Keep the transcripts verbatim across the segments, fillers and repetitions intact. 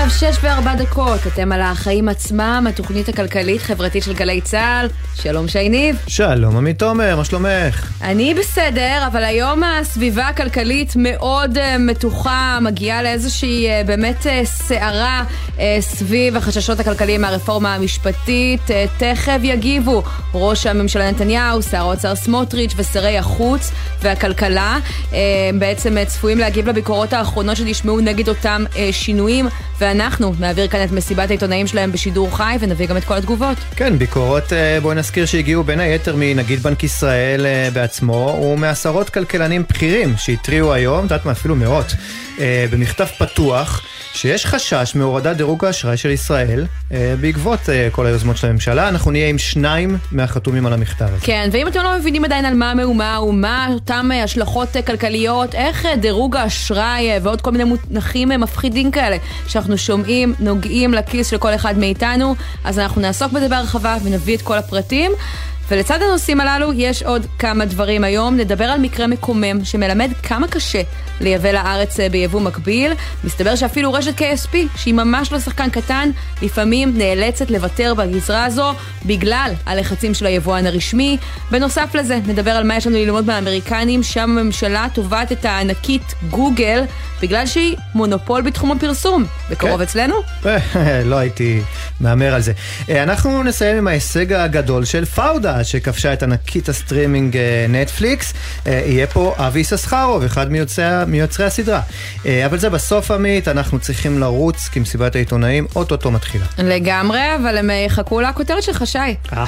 שש וארבע דקות, אתם על החיים עצמם, התוכנית הכלכלית חברתית של גלי צהל. שלום שייניב. שלום עמית תומר, מה שלומך? אני בסדר, אבל היום הסביבה הכלכלית מאוד uh, מתוחה, מגיעה לאיזושהי uh, באמת uh, סערה uh, סביב החששות הכלכליים מהרפורמה המשפטית. uh, תכף יגיבו ראש הממשלה נתניהו, שר האוצר סמוטריץ' ושרי החוץ והכלכלה. uh, בעצם uh, צפויים להגיב לביקורות האחרונות שנשמעו נגד אותם uh, שינויים, ואנחנו נעביר כאן את מסיבת העיתונאים שלהם בשידור חי ונביא גם את כל התגובות. כן, ביקורות, בואי נזכיר שהגיעו בין היתר מנגיד בנק ישראל בעצמו ומעשרות כלכלנים בכירים שהטריעו היום, יודעת מה, אפילו מאות, במכתב פתוח שיש חשש מהורדת דירוג האשראי של ישראל בעקבות כל היוזמות של הממשלה. אנחנו נהיה עם שניים מהחתומים על המכתב הזה. כן, ואם אתם לא מבינים עדיין על מה מהומה ומה אותם השלכות כלכליות, איך דירוג האשראי ועוד כל מיני מונחים מפחידים כאלה שאנחנו שומעים, נוגעים לכיס של כל אחד מאיתנו, אז אנחנו נעסוק בזה בהרחבה ונביא את כל הפרטים. ולצד הנושאים הללו יש עוד כמה דברים היום. נדבר על מקרה מקומם שמלמד כמה קשה לייבא לארץ ביבוא מקביל. מסתבר שאפילו רשת קיי אס פי, שהיא ממש לא שחקן קטן, לפעמים נאלצת לוותר בגזרה הזו בגלל הלחצים של היבואן הרשמי. בנוסף לזה, נדבר על מה יש לנו ללמוד מהאמריקנים, שם הממשלה תובעת את הענקית גוגל בגלל שהיא מונופול בתחום הפרסום. בקרוב אצלנו? לא הייתי מאמר על זה. אנחנו נסיים עם ההישג הגדול של פאודה, שכבשה את ענקית הסטרימינג נטפליקס. יהיה פה אבי יששכרוב, אחד מיוצרי, מיוצרי הסדרה. אבל זה בסוף עמית, אנחנו צריכים לרוץ, כי מסיבת העיתונאים אוטוטו מתחילה. לגמרי, אבל הם יחכו לכותרת שלך, שי.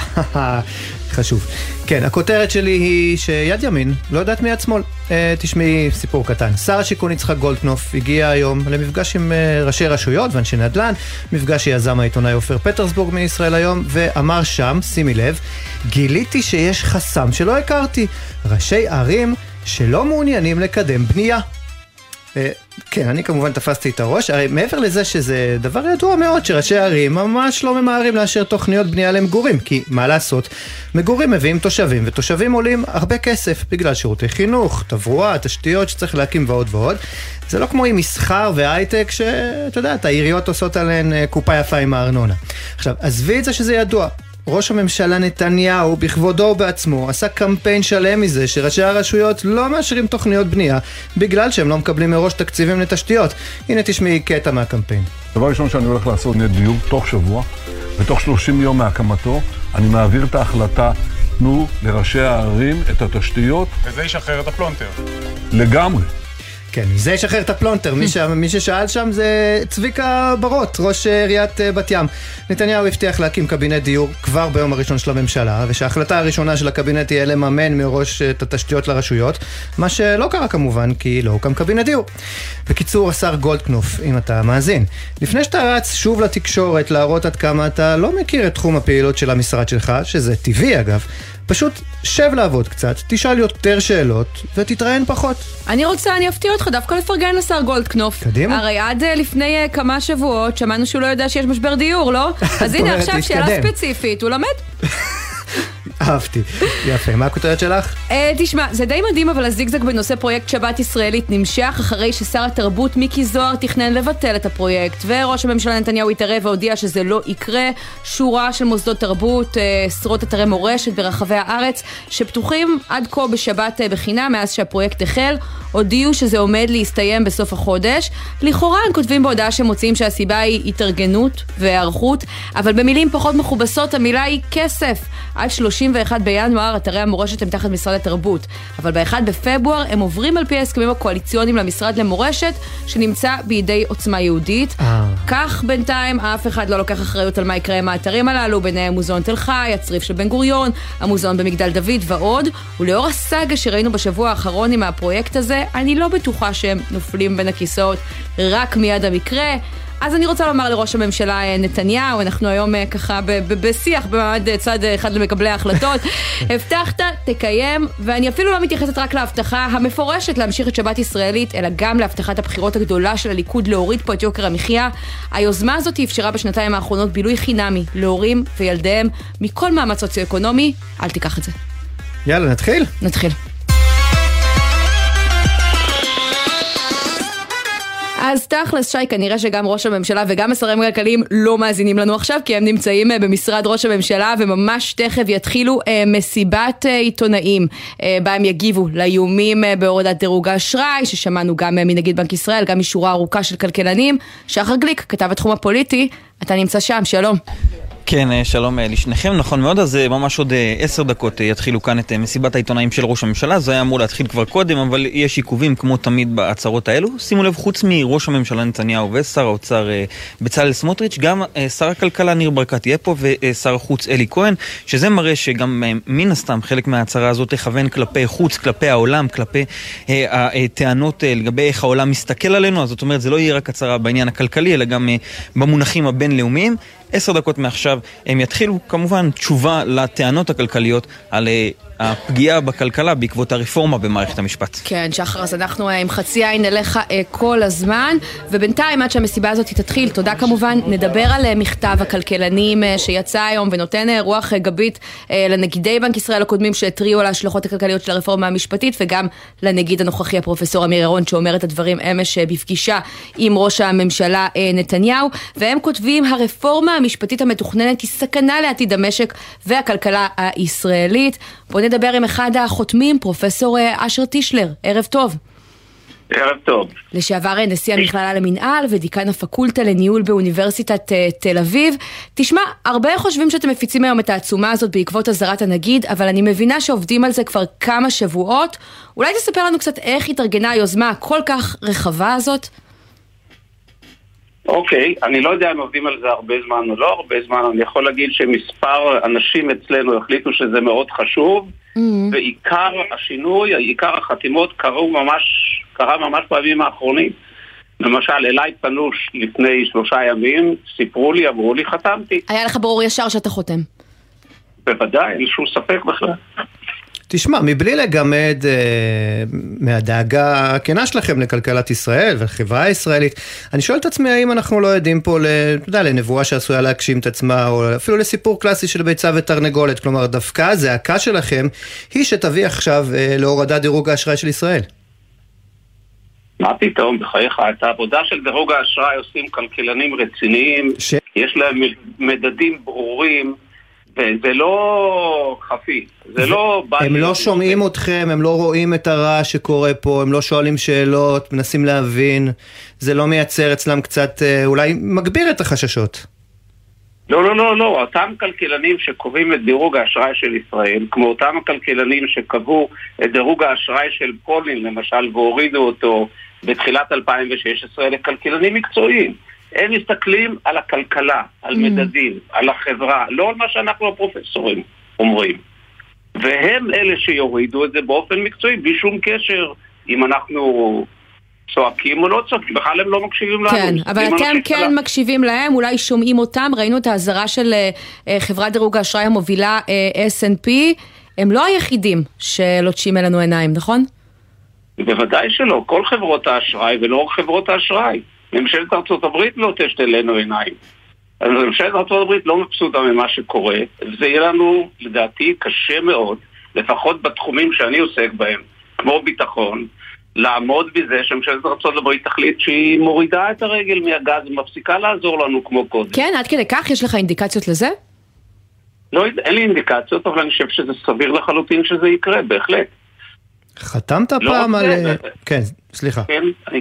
חשוב. כן, הכותרת שלי היא שיד ימין לא יודעת מיד שמאל. תשמעי סיפור קטן. שר השיכון יצחק גולדקנופ הגיע היום למפגש עם ראשי רשויות ואנשי נדל"ן, מפגש שיזם העיתונאי אופיר פטרסבורג מישראל היום, ואמר שם, שימי לב, גיליתי שיש חסם שלא הכרתי, ראשי ערים שלא מעוניינים לקדם בנייה. כן, אני כמובן תפסתי את הראש, הרי מעבר לזה שזה דבר ידוע מאוד שראשי ערים ממש לא ממהרים לאשר תוכניות בנייה למגורים, כי מה לעשות, מגורים מביאים תושבים, ותושבים עולים הרבה כסף בגלל שירותי חינוך, תברואה, תשתיות שצריך להקים ועוד ועוד. זה לא כמו עם מסחר והייטק שאתה יודע, העיריות עושות עליהן קופה יפה עם הארנונה. עכשיו, עזבי את זה שזה ידוע. ראש הממשלה נתניהו בכבודו בעצמו עשה קמפיין שלם מזה שראשי הרשויות לא מאשרים תוכניות בנייה בגלל שהם לא מקבלים מראש תקציבים לתשתיות. הנה תשמעי קטע מהקמפיין. דבר ראשון שאני הולך לעשות דיוק תוך שבוע, ותוך שלושים יום מהקמתו אני מעביר את ההחלטה, תנו לראשי הערים את התשתיות. וזה ישחרר את הפלונטר. לגמרי. כן, זה ישחרר את הפלונטר. מי, ש... מי ששאל שם זה צביקה ברות, ראש עיריית בת ים. נתניהו הבטיח להקים קבינט דיור כבר ביום הראשון של הממשלה, ושההחלטה הראשונה של הקבינט תהיה לממן מראש את התשתיות לרשויות, מה שלא קרה כמובן, כי לא הוקם קבינט דיור. בקיצור, השר גולדקנופ, אם אתה מאזין, לפני שאתה רץ שוב לתקשורת להראות עד כמה אתה לא מכיר את תחום הפעילות של המשרד שלך, שזה טבעי אגב, פשוט שב לעבוד קצת, תשאל יותר שאלות ותתראיין פחות. אני רוצה, אני אפתיע אותך דווקא לפרגן לשר גולדקנופ. קדימה. הרי עד לפני כמה שבועות שמענו שהוא לא יודע שיש משבר דיור, לא? אז הנה עכשיו שאלה ספציפית, הוא למד? אהבתי, יפה. מה הכותרת שלך? תשמע, זה די מדהים, אבל הזיגזג בנושא פרויקט שבת ישראלית נמשך אחרי ששר התרבות מיקי זוהר תכנן לבטל את הפרויקט, וראש הממשלה נתניהו התערב והודיע שזה לא יקרה. שורה של מוסדות תרבות, עשרות אתרי מורשת ברחבי הארץ שפתוחים עד כה בשבת בחינם מאז שהפרויקט החל, הודיעו שזה עומד להסתיים בסוף החודש. לכאורה הם כותבים בהודעה שמוצאים שהסיבה היא התארגנות והיערכות, אבל במילים פחות מכובסות המילה היא כסף. עד שלושים ואחד בינואר אתרי המורשת הם תחת משרד התרבות, אבל ב-אחד בפברואר הם עוברים על פי ההסכמים הקואליציוניים למשרד למורשת שנמצא בידי עוצמה יהודית. כך בינתיים אף אחד לא לוקח אחריות על מה יקרה עם האתרים הללו, ביניהם מוזיאון תל חי, הצריף של בן גוריון, המוזיאון במגדל דוד ועוד. ולאור הסאגה שראינו בשבוע האחרון עם הפרויקט הזה, אני לא בטוחה שהם נופלים בין הכיסאות רק מיד המקרה. אז אני רוצה לומר לראש הממשלה נתניהו, אנחנו היום ככה בשיח במעמד צד אחד למקבלי ההחלטות, הבטחת, תקיים, ואני אפילו לא מתייחסת רק להבטחה המפורשת להמשיך את שבת ישראלית, אלא גם להבטחת הבחירות הגדולה של הליכוד להוריד פה את יוקר המחיה. היוזמה הזאת אפשרה בשנתיים האחרונות בילוי חינמי להורים וילדיהם מכל מאמץ סוציו-אקונומי. אל תיקח את זה. יאללה, נתחיל? נתחיל. אז תכלס שי, כנראה שגם ראש הממשלה וגם השרים הכלכליים לא מאזינים לנו עכשיו, כי הם נמצאים במשרד ראש הממשלה, וממש תכף יתחילו מסיבת עיתונאים, בה הם יגיבו לאיומים בהורדת דירוג האשראי, ששמענו גם מנגיד בנק ישראל, גם משורה ארוכה של כלכלנים. שחר גליק, כתב התחום הפוליטי, אתה נמצא שם, שלום. כן, שלום לשניכם, נכון מאוד. אז ממש עוד עשר דקות יתחילו כאן את מסיבת העיתונאים של ראש הממשלה. זה היה אמור להתחיל כבר קודם, אבל יש עיכובים כמו תמיד בהצהרות האלו. שימו לב, חוץ מראש הממשלה נתניהו ושר האוצר בצלאל סמוטריץ', גם שר הכלכלה ניר ברקת יהיה פה ושר החוץ אלי כהן, שזה מראה שגם מן הסתם חלק מההצהרה הזאת לכוון כלפי חוץ, כלפי העולם, כלפי הטענות לגבי איך העולם מסתכל עלינו. אז זאת אומרת, זה לא יהיה רק הצהרה בעניין הכלכלי, אלא גם במונחים הבינלאומיים. עשר דקות מעכשיו הם יתחילו כמובן תשובה לטענות הכלכליות על הפגיעה בכלכלה בעקבות הרפורמה במערכת המשפט. כן, שחר, אז אנחנו עם חצי עין אליך כל הזמן, ובינתיים עד שהמסיבה הזאת תתחיל, תודה כמובן, נדבר על מכתב הכלכלנים שיצא היום ונותן רוח גבית לנגידי בנק ישראל הקודמים שהטריעו על ההשלכות הכלכליות של הרפורמה המשפטית, וגם לנגיד הנוכחי הפרופסור אמיר ירון שאומר את הדברים אמש בפגישה עם ראש הממשלה נתניהו, והם כותבים, הרפורמה המשפטית המתוכננת היא סכנה לעתיד המשק והכלכלה הישראלית. בוא נדבר עם אחד החותמים, פרופסור אשר טישלר. ערב טוב. ערב טוב. לשעבר נשיא המכללה למנהל ודיקן הפקולטה לניהול באוניברסיטת תל אביב. תשמע, הרבה חושבים שאתם מפיצים היום את העצומה הזאת בעקבות אזהרת הנגיד, אבל אני מבינה שעובדים על זה כבר כמה שבועות. אולי תספר לנו קצת איך התארגנה היוזמה הכל כך רחבה הזאת? אוקיי, אני לא יודע אם עובדים על זה הרבה זמן או לא הרבה זמן. אני יכול להגיד שמספר אנשים אצלנו החליטו שזה מאוד חשוב, mm-hmm. ועיקר השינוי, עיקר החתימות קרו ממש, קרה ממש בימים האחרונים. למשל, אליי פנו לפני שלושה ימים, סיפרו לי, אמרו לי, חתמתי. היה לך ברור ישר שאתה חותם? בוודאי, אין שום ספק בכלל. תשמע, מבלי לגמד אה, מהדאגה הכנה שלכם לכלכלת ישראל ולחברה הישראלית, אני שואל את עצמי האם אנחנו לא יודעים פה אתה יודע, לנבואה שעשויה להגשים את עצמה, או אפילו לסיפור קלאסי של ביצה ותרנגולת. כלומר, דווקא הזעקה שלכם היא שתביא עכשיו אה, להורדת דירוג האשראי של ישראל. מה פתאום, בחייך, את העבודה של דירוג האשראי עושים כלכלנים רציניים, ש... יש להם מדדים ברורים, וזה לא חפי, זה לא... הם לא שומעים אתכם, הם לא רואים את הרע שקורה פה, הם לא שואלים שאלות, מנסים להבין, זה לא מייצר אצלם קצת, אולי מגביר את החששות. לא, לא, לא, לא, אותם כלכלנים שקובעים את דירוג האשראי של ישראל, כמו אותם הכלכלנים שקבעו את דירוג האשראי של פולין, למשל, והורידו אותו בתחילת אלפיים ושש עשרה, אלה כלכלנים מקצועיים. הם מסתכלים על הכלכלה, על מדדים, על החברה, לא על מה שאנחנו הפרופסורים אומרים. והם אלה שיורידו את זה באופן מקצועי, בלי שום קשר אם אנחנו צועקים או לא צועקים, בכלל הם לא מקשיבים לנו. כן, אבל אתם כן מקשיבים להם, אולי שומעים אותם, ראינו את ההזרה של חברת דירוג האשראי המובילה אס אנד פי, הם לא היחידים שלוטשים אלינו עיניים, נכון? בוודאי שלא, כל חברות האשראי ולא רק חברות האשראי. ממשלת ארצות הברית לא תשת אלינו עיניים. אז ממשלת ארצות הברית לא מבסוטה ממה שקורה, וזה יהיה לנו, לדעתי, קשה מאוד, לפחות בתחומים שאני עוסק בהם, כמו ביטחון, לעמוד בזה שממשלת ארצות הברית תחליט שהיא מורידה את הרגל מהגז ומפסיקה לעזור לנו כמו קודם. כן, עד כדי כך יש לך אינדיקציות לזה? לא, אין לי אינדיקציות, אבל אני חושב שזה סביר לחלוטין שזה יקרה, בהחלט. חתמת פעם על... כן, סליחה. כן, אני...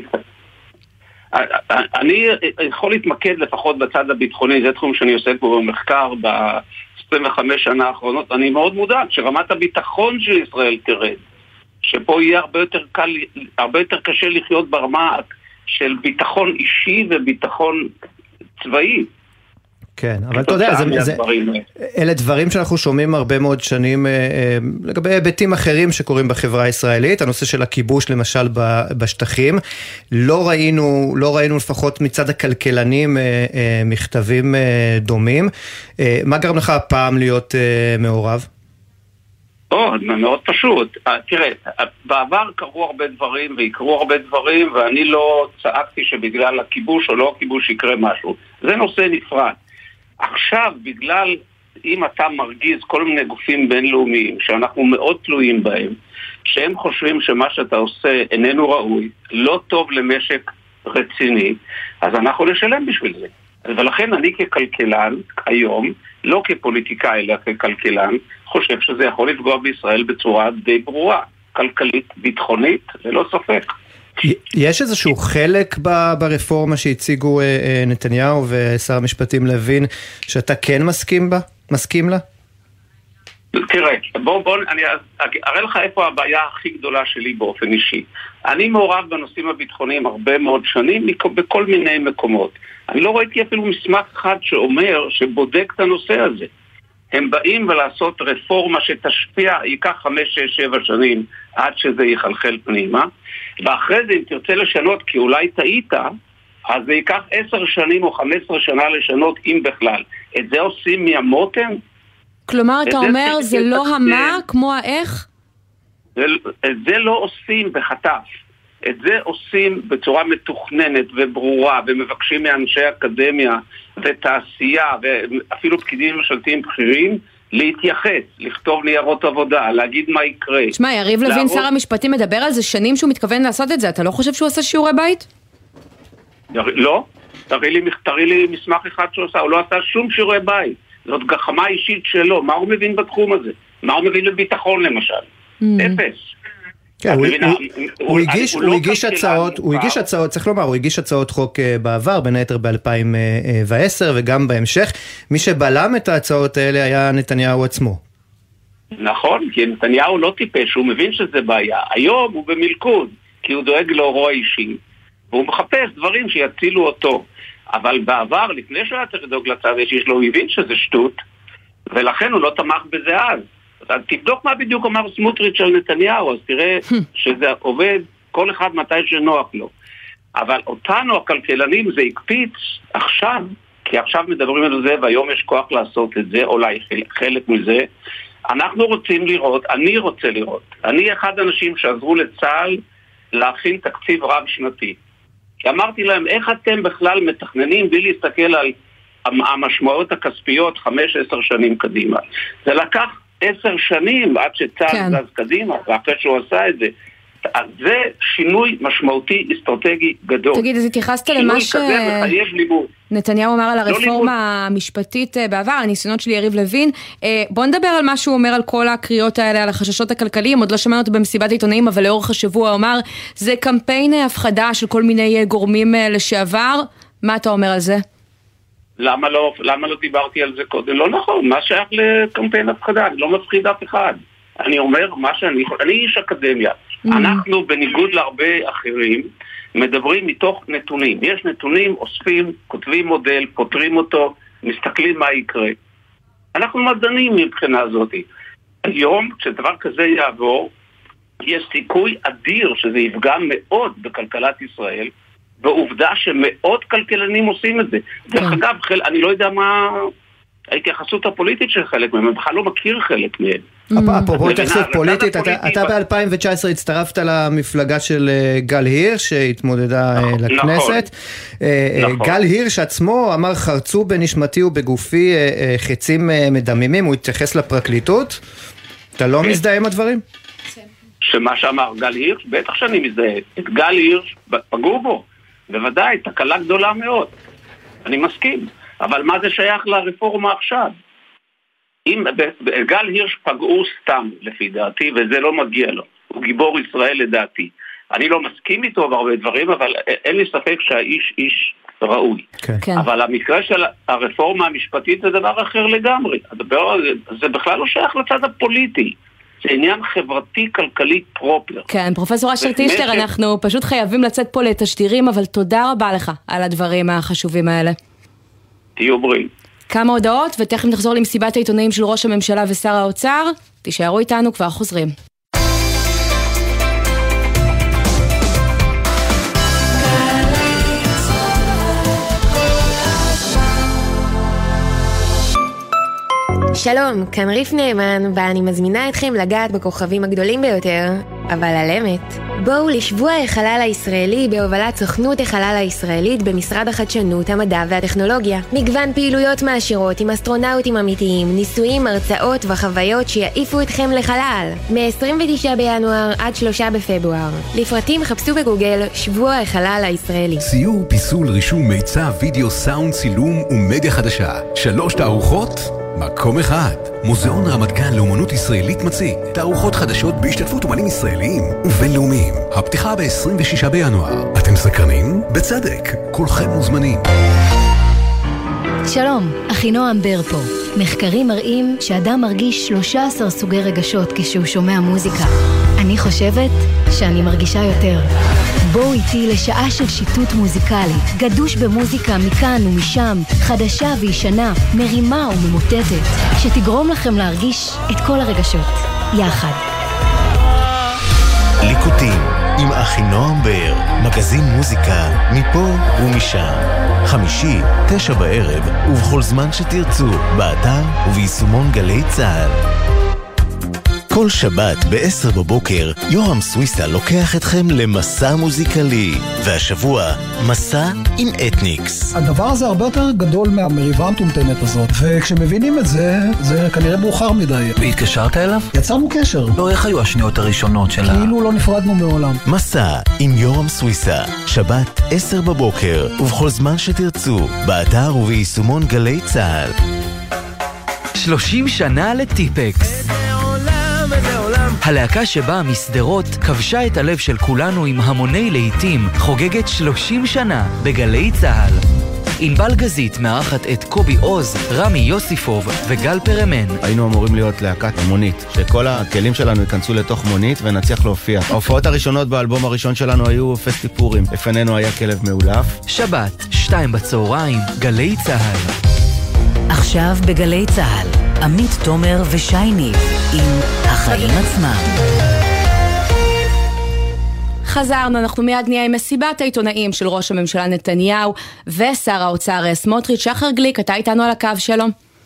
אני יכול להתמקד לפחות בצד הביטחוני, זה תחום שאני עוסק בו במחקר ב-עשרים וחמש שנה האחרונות. אני מאוד מודאג שרמת הביטחון של ישראל תרד, שפה יהיה הרבה יותר קל, הרבה יותר קשה לחיות ברמה של ביטחון אישי וביטחון צבאי. כן, אבל אתה יודע, זה, זה, אלה דברים שאנחנו שומעים הרבה מאוד שנים אה, לגבי היבטים אחרים שקורים בחברה הישראלית, הנושא של הכיבוש למשל בשטחים, לא ראינו, לא ראינו לפחות מצד הכלכלנים אה, אה, מכתבים אה, דומים. אה, מה גרם לך הפעם להיות אה, מעורב? או, מאוד פשוט. תראה, בעבר קרו הרבה דברים ויקרו הרבה דברים, ואני לא צעקתי שבגלל הכיבוש או לא הכיבוש יקרה משהו. זה נושא נפרד. עכשיו, בגלל, אם אתה מרגיז כל מיני גופים בינלאומיים, שאנחנו מאוד תלויים בהם, שהם חושבים שמה שאתה עושה איננו ראוי, לא טוב למשק רציני, אז אנחנו נשלם בשביל זה. ולכן אני ככלכלן, היום, לא כפוליטיקאי, אלא ככלכלן, חושב שזה יכול לפגוע בישראל בצורה די ברורה, כלכלית, ביטחונית, ללא ספק. יש איזשהו חלק ברפורמה שהציגו נתניהו ושר המשפטים לוין, שאתה כן מסכים בה? מסכים לה? תראה, בוא, בוא, אני אראה לך איפה הבעיה הכי גדולה שלי באופן אישי. אני מעורב בנושאים הביטחוניים הרבה מאוד שנים, בכל מיני מקומות. אני לא ראיתי אפילו מסמך אחד שאומר, שבודק את הנושא הזה. הם באים ולעשות רפורמה שתשפיע, ייקח חמש, שש, שבע שנים עד שזה יחלחל פנימה, ואחרי זה אם תרצה לשנות, כי אולי טעית, אז זה ייקח עשר שנים או חמש עשרה שנה לשנות, אם בכלל. את זה עושים מהמותן? כלומר, אתה אומר, זה לא המה כמו האיך? את זה לא עושים בחטף. את זה עושים בצורה מתוכננת וברורה, ומבקשים מאנשי אקדמיה ותעשייה, ואפילו פקידים ממשלתיים בכירים, להתייחס, לכתוב ניירות עבודה, להגיד מה יקרה. תשמע, יריב לוין, שר המשפטים, מדבר על זה שנים שהוא מתכוון לעשות את זה. אתה לא חושב שהוא עושה שיעורי בית? לא. תראי לי, תראי לי מסמך אחד שהוא עושה. הוא לא עשה שום שיעורי בית. זאת גחמה אישית שלו. מה הוא מבין בתחום הזה? מה הוא מבין לביטחון למשל? אפס. הוא הגיש הצעות, הוא הגיש הצעות, צריך לומר, הוא הגיש הצעות חוק בעבר, בין היתר ב-אלפיים ועשר וגם בהמשך. מי שבלם את ההצעות האלה היה נתניהו עצמו. נכון, כי נתניהו לא טיפש, הוא מבין שזה בעיה. היום הוא במלכוד, כי הוא דואג לאורו האישי, והוא מחפש דברים שיצילו אותו. אבל בעבר, לפני שהוא היה צריך לדאוג לצד האישי שלו, הוא הבין שזה שטות, ולכן הוא לא תמך בזה אז. אז תבדוק מה בדיוק אמר סמוטריץ' על נתניהו, אז תראה שזה עובד כל אחד מתי שנוח לו. אבל אותנו הכלכלנים זה יקפיץ עכשיו, כי עכשיו מדברים על זה והיום יש כוח לעשות את זה, אולי חלק מזה. אנחנו רוצים לראות, אני רוצה לראות, אני אחד האנשים שעזרו לצה"ל להכין תקציב רב שנתי. כי אמרתי להם, איך אתם בכלל מתכננים בלי להסתכל על המשמעויות הכספיות חמש עשר שנים קדימה? זה לקח עשר שנים עד שצה"ל כן. זז קדימה, ואחרי שהוא עשה את זה. אז זה שינוי משמעותי אסטרטגי גדול. תגיד, אז התייחסת למה ש... שינוי כזה מחייב לימוד. נתניהו אמר על הרפורמה המשפטית בעבר, על הניסיונות של יריב לוין. בוא נדבר על מה שהוא אומר על כל הקריאות האלה, על החששות הכלכליים. עוד לא שמענו אותו במסיבת עיתונאים, אבל לאורך השבוע הוא אמר, זה קמפיין הפחדה של כל מיני גורמים לשעבר. מה אתה אומר על זה? למה לא, למה לא דיברתי על זה קודם? לא נכון, מה שייך לקמפיין הפחדה? אני לא מפחיד אף אחד. אני אומר, מה שאני, אני איש אקדמיה. Mm-hmm. אנחנו, בניגוד להרבה אחרים, מדברים מתוך נתונים. יש נתונים, אוספים, כותבים מודל, פותרים אותו, מסתכלים מה יקרה. אנחנו מדענים מבחינה הזאת. היום, כשדבר כזה יעבור, יש סיכוי אדיר שזה יפגע מאוד בכלכלת ישראל, ועובדה שמאות כלכלנים עושים את זה. דרך אגב, אני לא יודע מה ההתייחסות הפוליטית של חלק מהם, אני בכלל לא מכיר חלק מהם. אפרופו התייחסות פוליטית, אתה ב-אלפיים ותשע עשרה הצטרפת למפלגה של גל הירש, שהתמודדה לכנסת. גל הירש עצמו אמר, חרצו בנשמתי ובגופי חצים מדממים, הוא התייחס לפרקליטות. אתה לא מזדהה עם הדברים? שמה שאמר גל הירש, בטח שאני מזדהה. את גל הירש פגעו בו. בוודאי, תקלה גדולה מאוד. אני מסכים. אבל מה זה שייך לרפורמה עכשיו? אם גל הירש פגעו סתם, לפי דעתי, וזה לא מגיע לו. הוא גיבור ישראל לדעתי. אני לא מסכים איתו בהרבה דברים, אבל אין לי ספק שהאיש איש ראוי. כן. אבל המקרה של הרפורמה המשפטית זה דבר אחר לגמרי. זה בכלל לא שייך לצד הפוליטי. זה עניין חברתי-כלכלי פרופר. כן, פרופסור אשר טישלר, אנחנו פשוט חייבים לצאת פה לתשדירים, אבל תודה רבה לך על הדברים החשובים האלה. תהיו בריאים. כמה הודעות, ותכף נחזור למסיבת העיתונאים של ראש הממשלה ושר האוצר. תישארו איתנו, כבר חוזרים. שלום, כאן ריף נאמן, ואני מזמינה אתכם לגעת בכוכבים הגדולים ביותר אבל על אמת. בואו לשבוע החלל הישראלי בהובלת סוכנות החלל הישראלית במשרד החדשנות, המדע והטכנולוגיה. מגוון פעילויות מעשירות עם אסטרונאוטים אמיתיים, ניסויים, הרצאות וחוויות שיעיפו אתכם לחלל. מ-עשרים ותשעה בינואר עד שלושה בפברואר. לפרטים חפשו בגוגל שבוע החלל הישראלי. ציור, פיסול, רישום, מיצב, וידאו, סאונד, צילום ומדיה חדשה. שלוש תערוכות? מקום אחד. מוזיאון רמת גן לאומנות ישראלית מציג תערוכות חדשות בהשתתפות אומנים ישראליים ובינלאומיים. הפתיחה ב-עשרים ושישה בינואר. אתם סקרנים? בצדק, כולכם מוזמנים. שלום, אחינועם בר פה. מחקרים מראים שאדם מרגיש שלושה עשר סוגי רגשות כשהוא שומע מוזיקה. אני חושבת שאני מרגישה יותר. בואו איתי לשעה של שיטוט מוזיקלי, גדוש במוזיקה מכאן ומשם, חדשה וישנה, מרימה וממוטטת, שתגרום לכם להרגיש את כל הרגשות, יחד. ליקוטים עם אחינועם בר, מגזין מוזיקה מפה ומשם. חמישי, תשע בערב, ובכל זמן שתרצו, באתר וביישומון גלי צהל. כל שבת ב-עשר בבוקר, יורם סוויסה לוקח אתכם למסע מוזיקלי. והשבוע, מסע עם אתניקס. הדבר הזה הרבה יותר גדול מהמריבה המטומטמת הזאת, וכשמבינים את זה, זה כנראה מאוחר מדי. והתקשרת אליו? יצרנו קשר. לא, איך היו השניות הראשונות שלה? כאילו לא נפרדנו מעולם. מסע עם יורם סוויסה, שבת עשר בבוקר, ובכל זמן שתרצו, באתר וביישומון גלי צהל. שלושים שנה לטיפקס. הלהקה שבאה מסדרות כבשה את הלב של כולנו עם המוני להיטים, חוגגת שלושים שנה בגלי צהל. ענבל גזית מארחת את קובי עוז, רמי יוסיפוב וגל פרמן. היינו אמורים להיות להקת מונית, שכל הכלים שלנו ייכנסו לתוך מונית ונצליח להופיע. ההופעות הראשונות באלבום הראשון שלנו היו פסטיפורים. לפנינו היה כלב מעולף. שבת, שתיים בצהריים, גלי צהל. עכשיו בגלי צהל, עמית תומר ושייני עם החיים עצמם. חזרנו, אנחנו מיד נהיה עם מסיבת העיתונאים של ראש הממשלה נתניהו ושר האוצר סמוטריץ'. שחר גליק, אתה איתנו על הקו, שלום.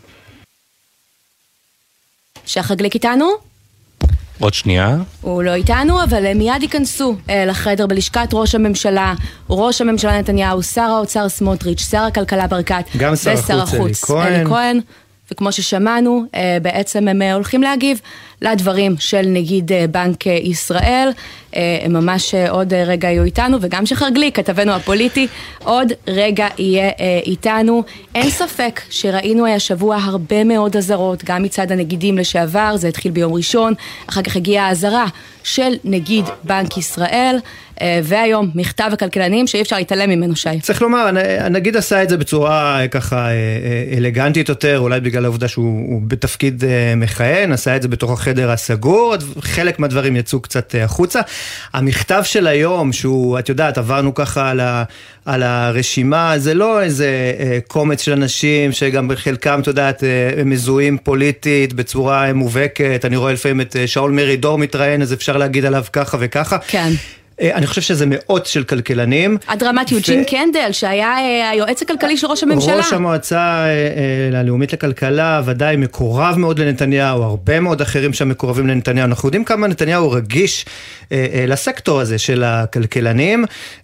שחר גליק איתנו? עוד שנייה. הוא לא איתנו, אבל מיד ייכנסו לחדר בלשכת ראש הממשלה, ראש הממשלה נתניהו, שר האוצר סמוטריץ', שר הכלכלה ברקת, גם שר החוץ אלי כהן. וכמו ששמענו, בעצם הם הולכים להגיב לדברים של נגיד בנק ישראל. הם ממש עוד רגע יהיו איתנו, וגם שחר גליק, כתבנו הפוליטי, עוד רגע יהיה איתנו. אין ספק שראינו השבוע הרבה מאוד עזרות, גם מצד הנגידים לשעבר, זה התחיל ביום ראשון, אחר כך הגיעה העזרה של נגיד בנק ישראל, והיום מכתב הכלכלנים שאי אפשר להתעלם ממנו, שי. צריך לומר, הנגיד עשה את זה בצורה ככה אלגנטית יותר, אולי בגלל העובדה שהוא בתפקיד מכהן, עשה את זה בתוך החדר הסגור, חלק מהדברים יצאו קצת החוצה. המכתב של היום, שהוא, את יודעת, עברנו ככה על, ה, על הרשימה, זה לא איזה קומץ של אנשים שגם בחלקם, את יודעת, מזוהים פוליטית בצורה מובהקת. אני רואה לפעמים את שאול מרידור מתראיין, אז אפשר להגיד עליו ככה וככה. כן. אני חושב שזה מאות של כלכלנים. עד רמת יוג'ין קנדל, שהיה היועץ הכלכלי של ראש הממשלה. ראש המועצה הלאומית לכלכלה, ודאי מקורב מאוד לנתניהו, הרבה מאוד אחרים שם מקורבים לנתניהו. אנחנו יודעים כמה נתניהו רגיש לסקטור הזה של הכלכלנים,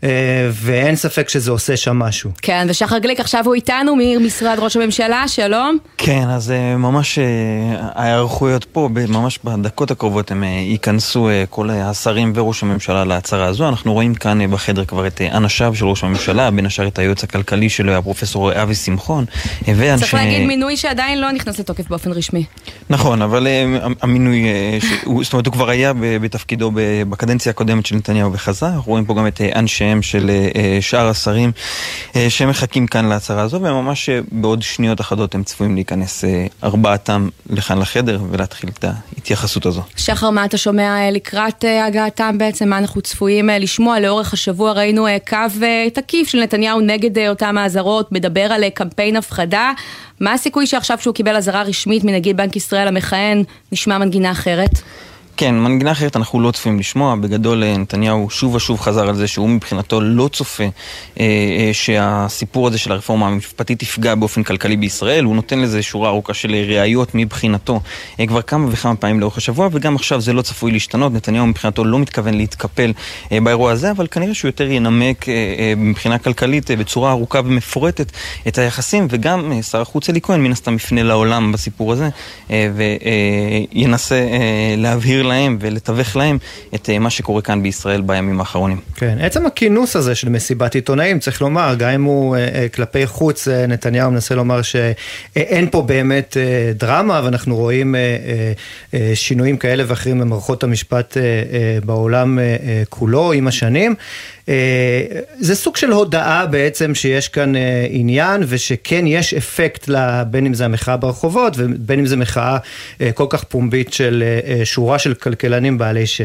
ואין ספק שזה עושה שם משהו. כן, ושחר גליק עכשיו הוא איתנו ממשרד ראש הממשלה, שלום. כן, אז ממש ההערכויות פה, ממש בדקות הקרובות הם ייכנסו כל השרים וראש הממשלה להצהרה הזו. אנחנו רואים כאן בחדר כבר את אנשיו של ראש הממשלה, בין השאר את היועץ הכלכלי שלו, הפרופסור אבי שמחון. צריך להגיד מינוי שעדיין לא נכנס לתוקף באופן רשמי. נכון, אבל המינוי, זאת אומרת, הוא כבר היה בתפקידו בקדנציה הקודמת של נתניהו וחזר. אנחנו רואים פה גם את אנשיהם של שאר השרים שמחכים כאן להצהרה הזו, וממש בעוד שניות אחדות הם צפויים להיכנס ארבעתם לכאן לחדר ולהתחיל את ההתייחסות הזו. שחר, מה אתה שומע לקראת הגעתם בעצם? מה אנחנו צפויים לשמוע? לאורך השבוע ראינו קו תקיף של נתניהו נגד אותם האזהרות, מדבר על קמפיין הפחדה. מה הסיכוי שעכשיו שהוא קיבל אזהרה רשמית מנגיד בנק ישראל המכהן נשמע מנגינה אחרת? כן, מנגינה אחרת אנחנו לא צופים לשמוע. בגדול נתניהו שוב ושוב חזר על זה שהוא מבחינתו לא צופה אה, אה, שהסיפור הזה של הרפורמה המשפטית יפגע באופן כלכלי בישראל. הוא נותן לזה שורה ארוכה של ראיות מבחינתו אה, כבר כמה וכמה פעמים לאורך השבוע, וגם עכשיו זה לא צפוי להשתנות. נתניהו מבחינתו לא מתכוון להתקפל אה, באירוע הזה, אבל כנראה שהוא יותר ינמק אה, אה, מבחינה כלכלית אה, בצורה ארוכה ומפורטת את היחסים, וגם אה, שר החוץ אלי כהן מן הסתם יפנה לעולם בסיפור הזה אה, וינסה אה, להבהיר להם ולתווך להם את מה שקורה כאן בישראל בימים האחרונים. כן, עצם הכינוס הזה של מסיבת עיתונאים, צריך לומר, גם אם הוא כלפי חוץ, נתניהו מנסה לומר שאין פה באמת דרמה, ואנחנו רואים שינויים כאלה ואחרים במערכות המשפט בעולם כולו עם השנים. זה סוג של הודעה בעצם שיש כאן עניין, ושכן יש אפקט בין אם זה המחאה ברחובות, ובין אם זה מחאה כל כך פומבית של שורה של כלכלנים בעלי שם.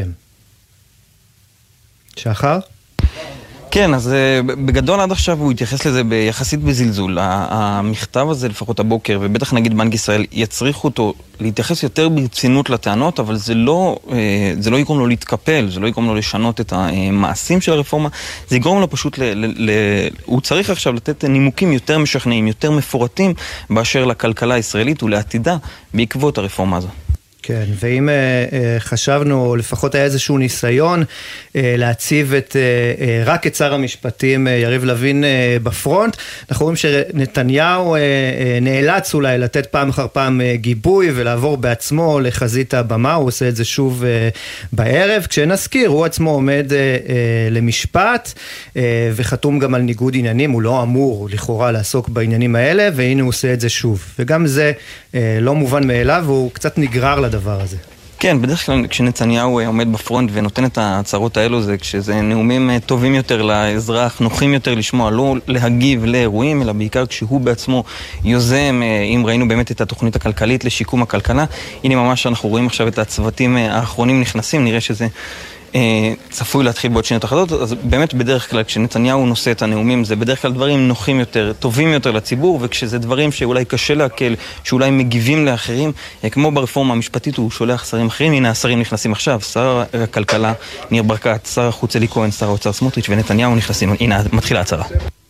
שחר? כן, אז בגדול עד עכשיו הוא התייחס לזה ביחסית בזלזול. המכתב הזה, לפחות הבוקר, ובטח נגיד בנק ישראל, יצריך אותו להתייחס יותר ברצינות לטענות, אבל זה לא, זה לא יגרום לו להתקפל, זה לא יגרום לו לשנות את המעשים של הרפורמה, זה יגרום לו פשוט, ל, ל, ל, הוא צריך עכשיו לתת נימוקים יותר משכנעים, יותר מפורטים, באשר לכלכלה הישראלית ולעתידה בעקבות הרפורמה הזו. כן, ואם uh, חשבנו, או לפחות היה איזשהו ניסיון uh, להציב את, uh, uh, רק את שר המשפטים uh, יריב לוין uh, בפרונט, אנחנו רואים שנתניהו uh, uh, נאלץ אולי לתת פעם אחר פעם uh, גיבוי ולעבור בעצמו לחזית הבמה, הוא עושה את זה שוב uh, בערב, כשנזכיר, הוא עצמו עומד uh, uh, למשפט uh, וחתום גם על ניגוד עניינים, הוא לא אמור לכאורה לעסוק בעניינים האלה, והנה הוא עושה את זה שוב, וגם זה uh, לא מובן מאליו, והוא קצת נגרר לדבר. הדבר הזה. כן, בדרך כלל כשנתניהו עומד בפרונט ונותן את ההצהרות האלו, זה כשזה נאומים טובים יותר לאזרח, נוחים יותר לשמוע, לא להגיב לאירועים, אלא בעיקר כשהוא בעצמו יוזם, אם ראינו באמת את התוכנית הכלכלית לשיקום הכלכלה. הנה ממש אנחנו רואים עכשיו את הצוותים האחרונים נכנסים, נראה שזה צפוי להתחיל בעוד שניות אחדות. אז באמת בדרך כלל כשנתניהו נושא את הנאומים זה בדרך כלל דברים נוחים יותר, טובים יותר לציבור, וכשזה דברים שאולי קשה להקל, שאולי מגיבים לאחרים, כמו ברפורמה המשפטית הוא שולח שרים אחרים. הנה השרים נכנסים עכשיו, שר הכלכלה ניר ברקת, שר החוץ אלי כהן, שר האוצר סמוטריץ' ונתניהו נכנסים. הנה מתחילה ההצהרה.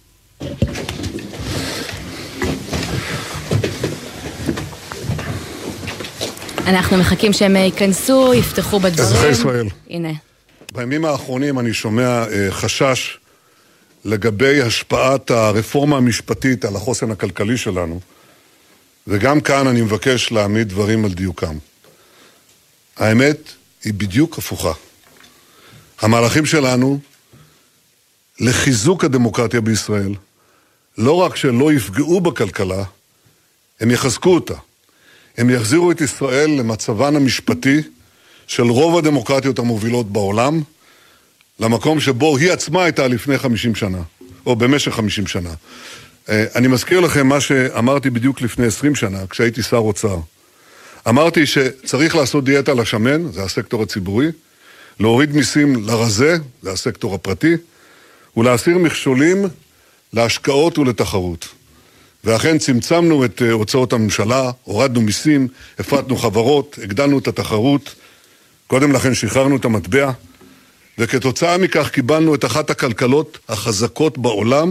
אנחנו מחכים שהם ייכנסו, יפתחו בדברים. אזרחי ישראל. הנה. בימים האחרונים אני שומע uh, חשש לגבי השפעת הרפורמה המשפטית על החוסן הכלכלי שלנו, וגם כאן אני מבקש להעמיד דברים על דיוקם. האמת היא בדיוק הפוכה. המהלכים שלנו לחיזוק הדמוקרטיה בישראל, לא רק שלא יפגעו בכלכלה, הם יחזקו אותה. הם יחזירו את ישראל למצבן המשפטי של רוב הדמוקרטיות המובילות בעולם, למקום שבו היא עצמה הייתה לפני חמישים שנה, או במשך חמישים שנה. אני מזכיר לכם מה שאמרתי בדיוק לפני עשרים שנה, כשהייתי שר אוצר. אמרתי שצריך לעשות דיאטה לשמן, זה הסקטור הציבורי, להוריד מיסים לרזה, זה הסקטור הפרטי, ולהסיר מכשולים להשקעות ולתחרות. ואכן צמצמנו את הוצאות הממשלה, הורדנו מיסים, הפרטנו חברות, הגדלנו את התחרות, קודם לכן שחררנו את המטבע, וכתוצאה מכך קיבלנו את אחת הכלכלות החזקות בעולם,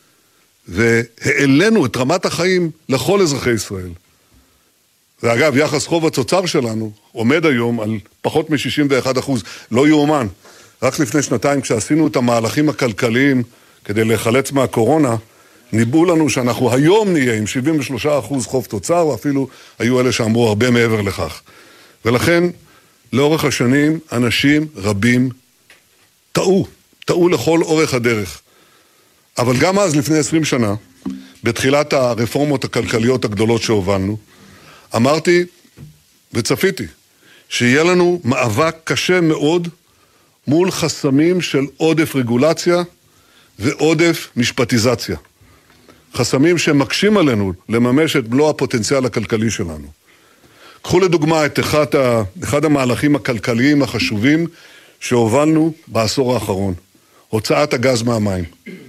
והעלינו את רמת החיים לכל אזרחי ישראל. ואגב, יחס חוב התוצר שלנו עומד היום על פחות מ-שישים ואחד אחוז, לא יאומן. רק לפני שנתיים כשעשינו את המהלכים הכלכליים כדי להיחלץ מהקורונה, ניבאו לנו שאנחנו היום נהיה עם שבעים ושלושה אחוז חוב תוצר, ואפילו היו אלה שאמרו הרבה מעבר לכך. ולכן, לאורך השנים, אנשים רבים טעו, טעו לכל אורך הדרך. אבל גם אז, לפני עשרים שנה, בתחילת הרפורמות הכלכליות הגדולות שהובלנו, אמרתי וצפיתי שיהיה לנו מאבק קשה מאוד מול חסמים של עודף רגולציה ועודף משפטיזציה. חסמים שמקשים עלינו לממש את מלוא הפוטנציאל הכלכלי שלנו. קחו לדוגמה את אחד, ה, אחד המהלכים הכלכליים החשובים שהובלנו בעשור האחרון, הוצאת הגז מהמים.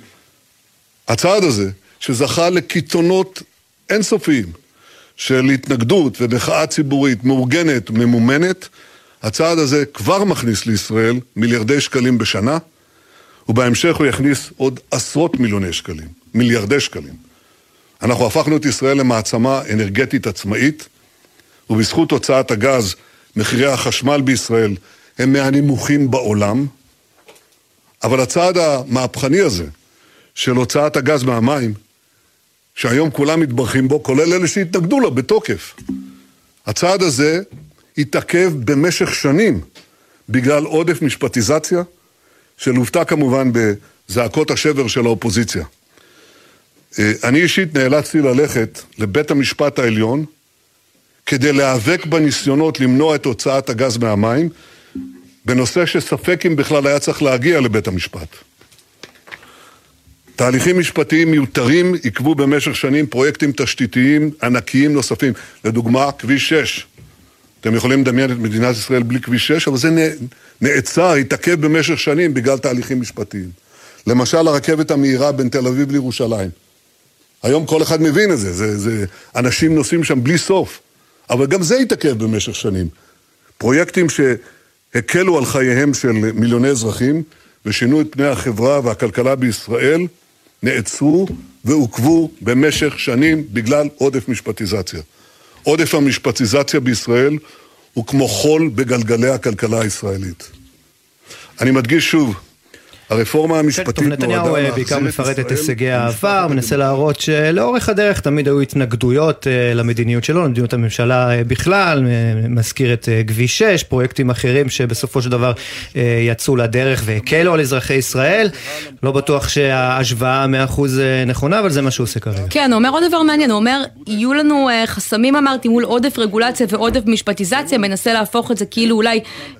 הצעד הזה, שזכה לקיתונות אינסופיים של התנגדות ומחאה ציבורית מאורגנת, ממומנת, הצעד הזה כבר מכניס לישראל מיליארדי שקלים בשנה, ובהמשך הוא יכניס עוד עשרות מיליוני שקלים, מיליארדי שקלים. אנחנו הפכנו את ישראל למעצמה אנרגטית עצמאית, ובזכות הוצאת הגז, מחירי החשמל בישראל הם מהנמוכים בעולם, אבל הצעד המהפכני הזה, של הוצאת הגז מהמים, שהיום כולם מתברכים בו, כולל אלה שהתנגדו לו בתוקף. הצעד הזה התעכב במשך שנים, בגלל עודף משפטיזציה, שלובטה כמובן בזעקות השבר של האופוזיציה. אני אישית נאלצתי ללכת לבית המשפט העליון, כדי להיאבק בניסיונות למנוע את הוצאת הגז מהמים, בנושא שספק אם בכלל היה צריך להגיע לבית המשפט. תהליכים משפטיים מיותרים עיכבו במשך שנים פרויקטים תשתיתיים ענקיים נוספים. לדוגמה, כביש שש. אתם יכולים לדמיין את מדינת ישראל בלי כביש שש, אבל זה נעצר, התעכב במשך שנים בגלל תהליכים משפטיים. למשל, הרכבת המהירה בין תל אביב לירושלים. היום כל אחד מבין את זה, זה, זה אנשים נוסעים שם בלי סוף. אבל גם זה התעכב במשך שנים. פרויקטים שהקלו על חייהם של מיליוני אזרחים, ושינו את פני החברה והכלכלה בישראל, נעצרו ועוקבו במשך שנים בגלל עודף משפטיזציה. עודף המשפטיזציה בישראל הוא כמו חול בגלגלי הכלכלה הישראלית. אני מדגיש שוב, הרפורמה המשפטית טוב, נתניהו בעיקר מפרט את הישגי העבר, מנסה להראות שלאורך הדרך תמיד היו התנגדויות למדיניות שלו, למדיניות הממשלה בכלל, מזכיר את כביש שש, פרויקטים אחרים שבסופו של דבר יצאו לדרך והקלו על אזרחי ישראל. לא בטוח שההשוואה מאה אחוז נכונה, אבל זה מה שהוא עושה כרגע. כן, הוא אומר עוד דבר מעניין, הוא אומר, יהיו לנו חסמים, אמרתי, מול עודף רגולציה ועודף משפטיזציה, מנסה להפוך את זה כאילו אולי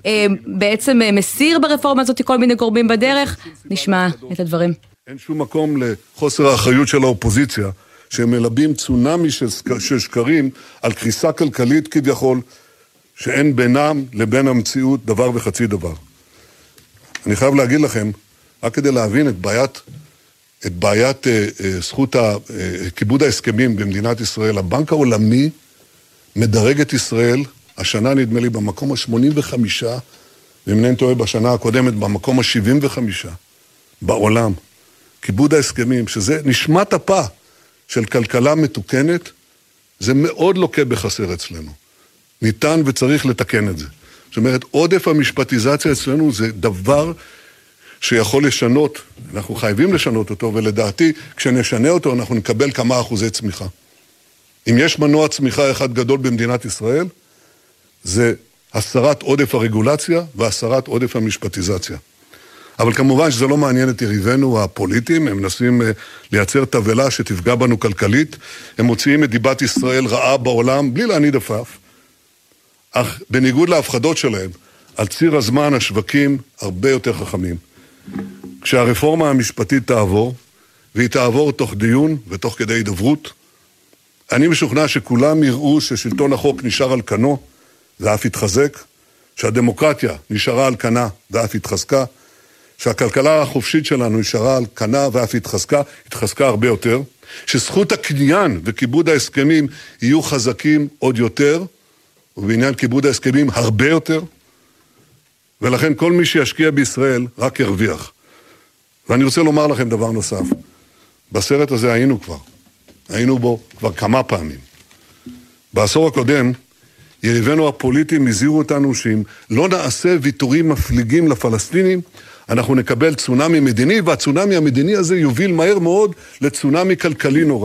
בעצם מסיר ברפורמה הזאת כל מיני גורמים בדרך. נשמע את הדברים. אין שום מקום לחוסר האחריות של האופוזיציה, שהם מלבים צונמי של, של שקרים על קריסה כלכלית כביכול, שאין בינם לבין המציאות דבר וחצי דבר. אני חייב להגיד לכם, רק כדי להבין את בעיית, את בעיית אה, אה, זכות ה, אה, כיבוד ההסכמים במדינת ישראל, הבנק העולמי מדרג את ישראל, השנה נדמה לי במקום ה-שמונים וחמישה, ואם אין טועה בשנה הקודמת במקום ה-שבעים וחמישה בעולם. כיבוד ההסכמים, שזה נשמת הפה של כלכלה מתוקנת, זה מאוד לוקה בחסר אצלנו. ניתן וצריך לתקן את זה. זאת אומרת, עודף המשפטיזציה אצלנו זה דבר שיכול לשנות, אנחנו חייבים לשנות אותו, ולדעתי, כשנשנה אותו אנחנו נקבל כמה אחוזי צמיחה. אם יש מנוע צמיחה אחד גדול במדינת ישראל, זה הסרת עודף הרגולציה והסרת עודף המשפטיזציה. אבל כמובן שזה לא מעניין את יריבינו הפוליטיים, הם מנסים לייצר תבלה שתפגע בנו כלכלית, הם מוציאים את דיבת ישראל רעה בעולם בלי להניד עפעף, אך בניגוד להפחדות שלהם, על ציר הזמן השווקים הרבה יותר חכמים. כשהרפורמה המשפטית תעבור, והיא תעבור תוך דיון ותוך כדי הידברות, אני משוכנע שכולם יראו ששלטון החוק נשאר על כנו, ואף התחזק, שהדמוקרטיה נשארה על כנה ואף התחזקה, שהכלכלה החופשית שלנו נשארה על כנה ואף התחזקה, התחזקה הרבה יותר, שזכות הקניין וכיבוד ההסכמים יהיו חזקים עוד יותר, ובעניין כיבוד ההסכמים הרבה יותר, ולכן כל מי שישקיע בישראל רק ירוויח. ואני רוצה לומר לכם דבר נוסף, בסרט הזה היינו כבר, היינו בו כבר כמה פעמים. בעשור הקודם, יריבינו הפוליטיים הזהירו אותנו שאם לא נעשה ויתורים מפליגים לפלסטינים, אנחנו נקבל צונמי מדיני, והצונמי המדיני הזה יוביל מהר מאוד לצונמי כלכלי נורא.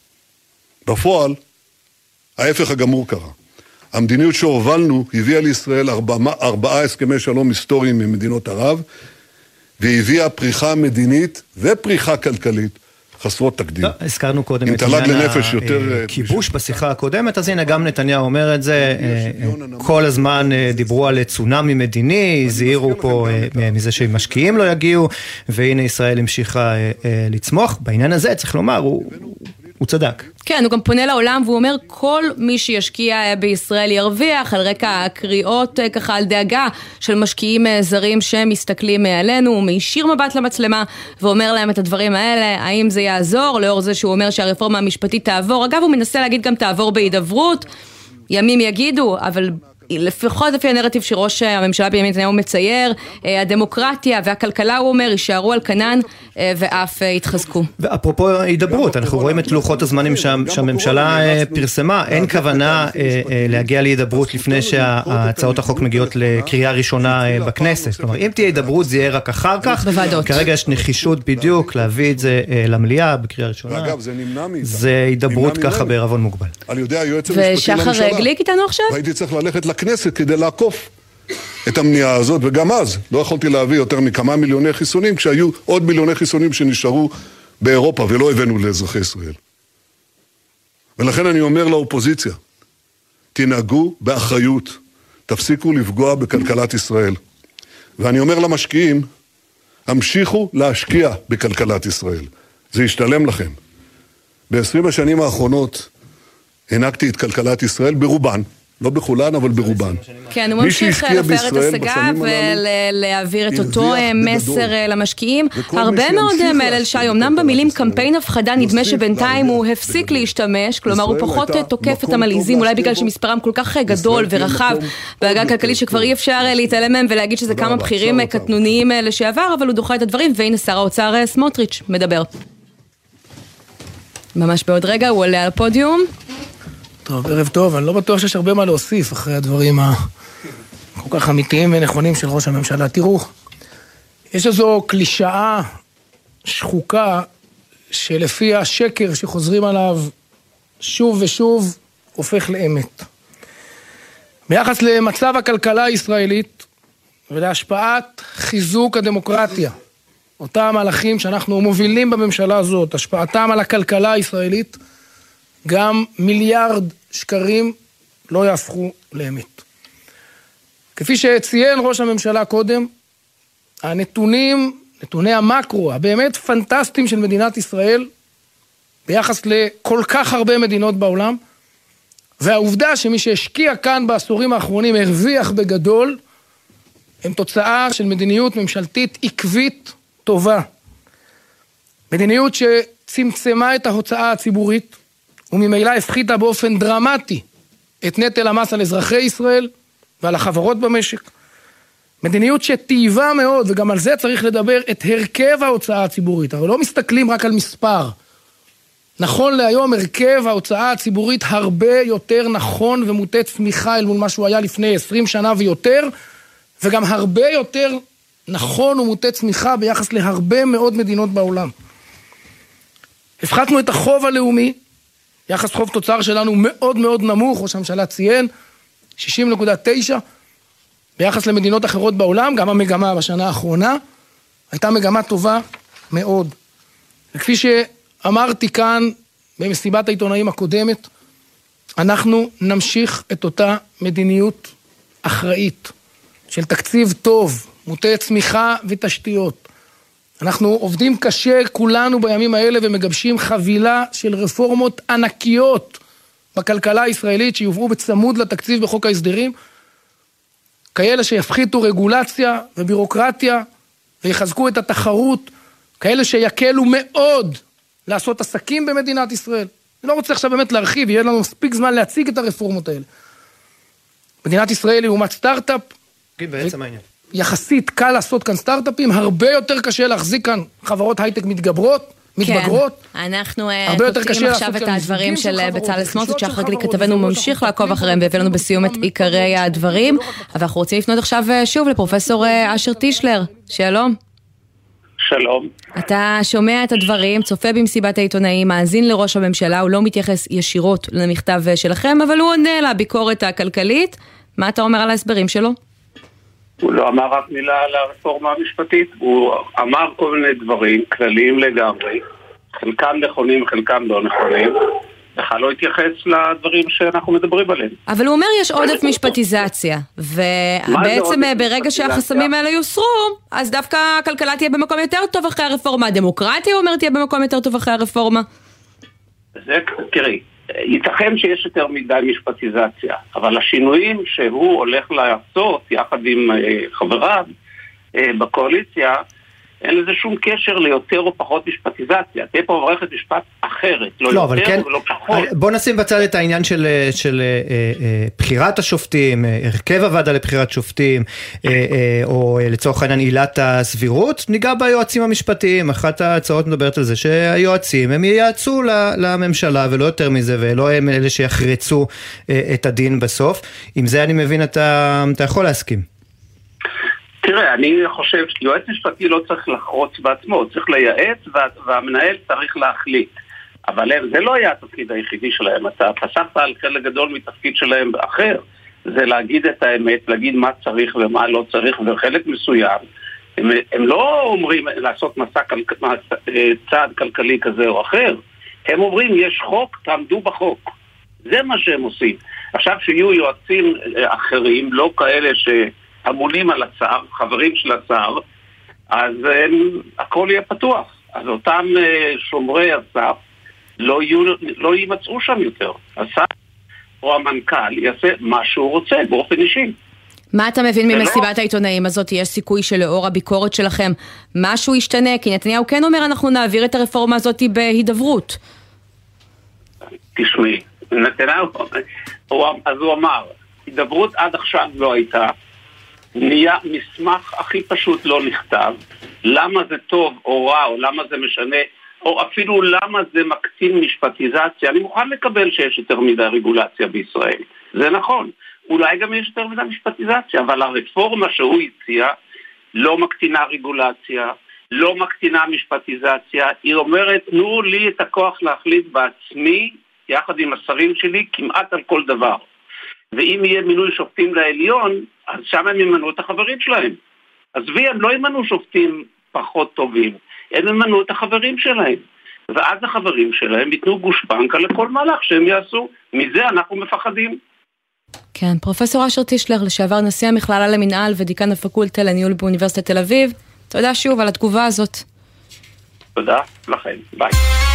בפועל, ההפך הגמור קרה. המדיניות שהובלנו הביאה לישראל ארבעה, ארבעה הסכמי שלום היסטוריים ממדינות ערב, והביאה פריחה מדינית ופריחה כלכלית חסרות תקדים. הזכרנו קודם את עניין הכיבוש בשיחה הקודמת, אז הנה גם נתניהו אומר את זה, כל הזמן דיברו על צונמי מדיני, זהירו פה מזה שמשקיעים לא יגיעו, והנה ישראל המשיכה לצמוח. בעניין הזה צריך לומר, הוא... הוא צדק. כן, הוא גם פונה לעולם והוא אומר, כל מי שישקיע בישראל ירוויח, על רקע הקריאות ככה על דאגה של משקיעים זרים שמסתכלים עלינו, הוא מישיר מבט למצלמה ואומר להם את הדברים האלה, האם זה יעזור, לאור זה שהוא אומר שהרפורמה המשפטית תעבור, אגב הוא מנסה להגיד גם תעבור בהידברות, ימים יגידו, אבל לפחות לפי הנרטיב שראש הממשלה בנימין נתניהו מצייר, הדמוקרטיה והכלכלה, הוא אומר, יישארו על כנן ואף יתחזקו. ואפרופו הידברות, אנחנו רואים את לוחות הזמנים שהממשלה פרסמה, אין כוונה להגיע להידברות לפני שהצעות החוק מגיעות לקריאה ראשונה בכנסת. כלומר, אם תהיה הידברות זה יהיה רק אחר כך. בוועדות. כרגע יש נחישות בדיוק להביא את זה למליאה בקריאה ראשונה. ואגב, זה נמנע מאיתה. זה הידברות ככה בערבון מוגבל. על ידי היועץ המשפטי לממשלה. ושחר גליק איתנו עכשיו? והייתי צריך ללכת לכנסת כדי לעקוף את המניעה הזאת, וגם אז לא יכולתי להביא יותר מכמה מיליוני חיסונים, כשהיו עוד מיליוני חיסונים שנשארו באירופה, ולא הבאנו לאזרחי ישראל. ולכן אני אומר לאופוזיציה, תנהגו באחריות, תפסיקו לפגוע בכלכלת ישראל. ואני אומר למשקיעים, המשיכו להשקיע בכלכלת ישראל. זה ישתלם לכם. ב-עשרים השנים האחרונות הנקתי את כלכלת ישראל ברובן, לא בכולן, אבל ברובן. כן, הוא ממשיך לפאר את השגה ולהעביר את אותו מסר למשקיעים. הרבה מאוד מלל שי, אמנם במילים קמפיין הפחדה נדמה שבינתיים הוא הפסיק להשתמש, כלומר הוא פחות תוקף את המלעיזים, אולי בגלל שמספרם כל כך גדול ורחב בהגה הכלכלית שכבר אי אפשר להתעלם מהם ולהגיד שזה כמה בכירים קטנוניים לשעבר, אבל הוא דוחה את הדברים, והנה שר האוצר סמוטריץ' מדבר. ממש בעוד רגע הוא עולה על הפודיום. טוב, ערב טוב, אני לא בטוח שיש הרבה מה להוסיף אחרי הדברים הכל כך אמיתיים ונכונים של ראש הממשלה. תראו, יש איזו קלישאה שחוקה שלפי השקר שחוזרים עליו שוב ושוב הופך לאמת. ביחס למצב הכלכלה הישראלית ולהשפעת חיזוק הדמוקרטיה, אותם מהלכים שאנחנו מובילים בממשלה הזאת, השפעתם על הכלכלה הישראלית, גם מיליארד שקרים לא יהפכו לאמת. כפי שציין ראש הממשלה קודם, הנתונים, נתוני המקרו, הבאמת פנטסטיים של מדינת ישראל, ביחס לכל כך הרבה מדינות בעולם, והעובדה שמי שהשקיע כאן בעשורים האחרונים הרוויח בגדול, הם תוצאה של מדיניות ממשלתית עקבית טובה. מדיניות שצמצמה את ההוצאה הציבורית, וממילא הפחיתה באופן דרמטי את נטל המס על אזרחי ישראל ועל החברות במשק. מדיניות שטייבה מאוד, וגם על זה צריך לדבר, את הרכב ההוצאה הציבורית. אבל לא מסתכלים רק על מספר. נכון להיום, הרכב ההוצאה הציבורית הרבה יותר נכון ומוטה צמיחה אל מול מה שהוא היה לפני עשרים שנה ויותר, וגם הרבה יותר נכון ומוטה צמיחה ביחס להרבה מאוד מדינות בעולם. הפחתנו את החוב הלאומי, יחס חוב תוצר שלנו מאוד מאוד נמוך, ראש הממשלה ציין, שישים נקודה תשע, ביחס למדינות אחרות בעולם, גם המגמה בשנה האחרונה, הייתה מגמה טובה מאוד. וכפי שאמרתי כאן, במסיבת העיתונאים הקודמת, אנחנו נמשיך את אותה מדיניות אחראית, של תקציב טוב, מוטה צמיחה ותשתיות. אנחנו עובדים קשה כולנו בימים האלה ומגבשים חבילה של רפורמות ענקיות בכלכלה הישראלית שיובאו בצמוד לתקציב בחוק ההסדרים, כאלה שיפחיתו רגולציה ובירוקרטיה ויחזקו את התחרות, כאלה שיקלו מאוד לעשות עסקים במדינת ישראל. אני לא רוצה עכשיו באמת להרחיב, יהיה לנו מספיק זמן להציג את הרפורמות האלה. מדינת ישראל היא אומת סטארט-אפ. בעצם העניין. יחסית קל לעשות כאן סטארט-אפים, הרבה יותר קשה להחזיק כאן חברות הייטק מתגברות, מתבגרות. כן, אנחנו קוטעים עכשיו את הדברים של בצלאל סמוטריץ', שחר גליק כתבנו ממשיך לעקוב אחריהם והביא לנו בסיום את עיקרי הדברים, אבל אנחנו רוצים לפנות עכשיו שוב לפרופסור אשר טישלר. שלום. שלום. אתה שומע את הדברים, צופה במסיבת העיתונאים, מאזין לראש הממשלה, הוא לא מתייחס ישירות למכתב שלכם, אבל הוא עונה לביקורת הכלכלית. מה אתה אומר על ההסברים שלו? הוא לא אמר רק מילה על הרפורמה המשפטית, הוא אמר כל מיני דברים כלליים לגמרי, חלקם נכונים, חלקם לא נכונים, בכלל לא התייחס לדברים שאנחנו מדברים עליהם. אבל הוא אומר יש עודף משפטיזציה, ובעצם ברגע שהחסמים האלה יוסרו, אז דווקא הכלכלה תהיה במקום יותר טוב אחרי הרפורמה, הדמוקרטיה, הוא אומר, תהיה במקום יותר טוב אחרי הרפורמה. זה, תראי, ייתכן שיש יותר מדי משפטיזציה, אבל השינויים שהוא הולך לעשות יחד עם חבריו בקואליציה, אין לזה שום קשר ליותר או פחות משפטיזציה. תהיה פה מערכת משפט אחרת, לא, לא יותר כן, ולא פחות. בוא נשים בצד את העניין של, של אה, אה, בחירת השופטים, אה, הרכב הוועדה לבחירת שופטים, אה, אה, או אה, לצורך העניין עילת הסבירות, ניגע ביועצים המשפטיים. אחת ההצעות מדברת על זה שהיועצים הם ייעצו לממשלה ולא יותר מזה, ולא הם אלה שיחרצו אה, את הדין בסוף. עם זה אני מבין אתה, אתה יכול להסכים. תראה, אני חושב שיועץ משפטי לא צריך לחרוץ בעצמו, צריך לייעץ והמנהל צריך להחליט. אבל זה לא היה התפקיד היחידי שלהם, אתה פסחת על חלק גדול מתפקיד שלהם אחר. זה להגיד את האמת, להגיד מה צריך ומה לא צריך, וחלק מסוים. הם, הם לא אומרים לעשות מסע, מסע, צעד כלכלי כזה או אחר. הם אומרים, יש חוק, תעמדו בחוק. זה מה שהם עושים. עכשיו שיהיו יועצים אחרים, לא כאלה ש... אמונים על השר, חברים של השר, אז הם, הכל יהיה פתוח. אז אותם שומרי הסף לא, יהיו, לא יימצאו שם יותר. השר או המנכ"ל יעשה מה שהוא רוצה, באופן אישי. מה אתה מבין ממסיבת העיתונאים הזאת? יש סיכוי שלאור הביקורת שלכם משהו ישתנה? כי נתניהו כן אומר, אנחנו נעביר את הרפורמה הזאת בהידברות. תשמעי, נתניהו, אז הוא אמר, הידברות עד עכשיו לא הייתה, נהיה מסמך הכי פשוט לא נכתב, למה זה טוב או רע, או למה זה משנה, או אפילו למה זה מקטין משפטיזציה. אני מוכן לקבל שיש יותר מדי רגולציה בישראל, זה נכון, אולי גם יש יותר מדי משפטיזציה, אבל הרפורמה שהוא הציע לא מקטינה רגולציה, לא מקטינה משפטיזציה, היא אומרת, תנו לי את הכוח להחליט בעצמי, יחד עם השרים שלי, כמעט על כל דבר. ואם יהיה מינוי שופטים לעליון, אז שם הם ימנו את החברים שלהם. אז והם לא ימנו שופטים פחות טובים, הם ימנו את החברים שלהם. ואז החברים שלהם ייתנו גושפנקה לכל מהלך שהם יעשו. מזה אנחנו מפחדים. כן, פרופסור אשר טישלר, לשעבר נשיא המכללה למנהל ודיקן הפקולטה לניהול באוניברסיטת תל אביב, תודה שוב על התגובה הזאת. תודה לכם, ביי.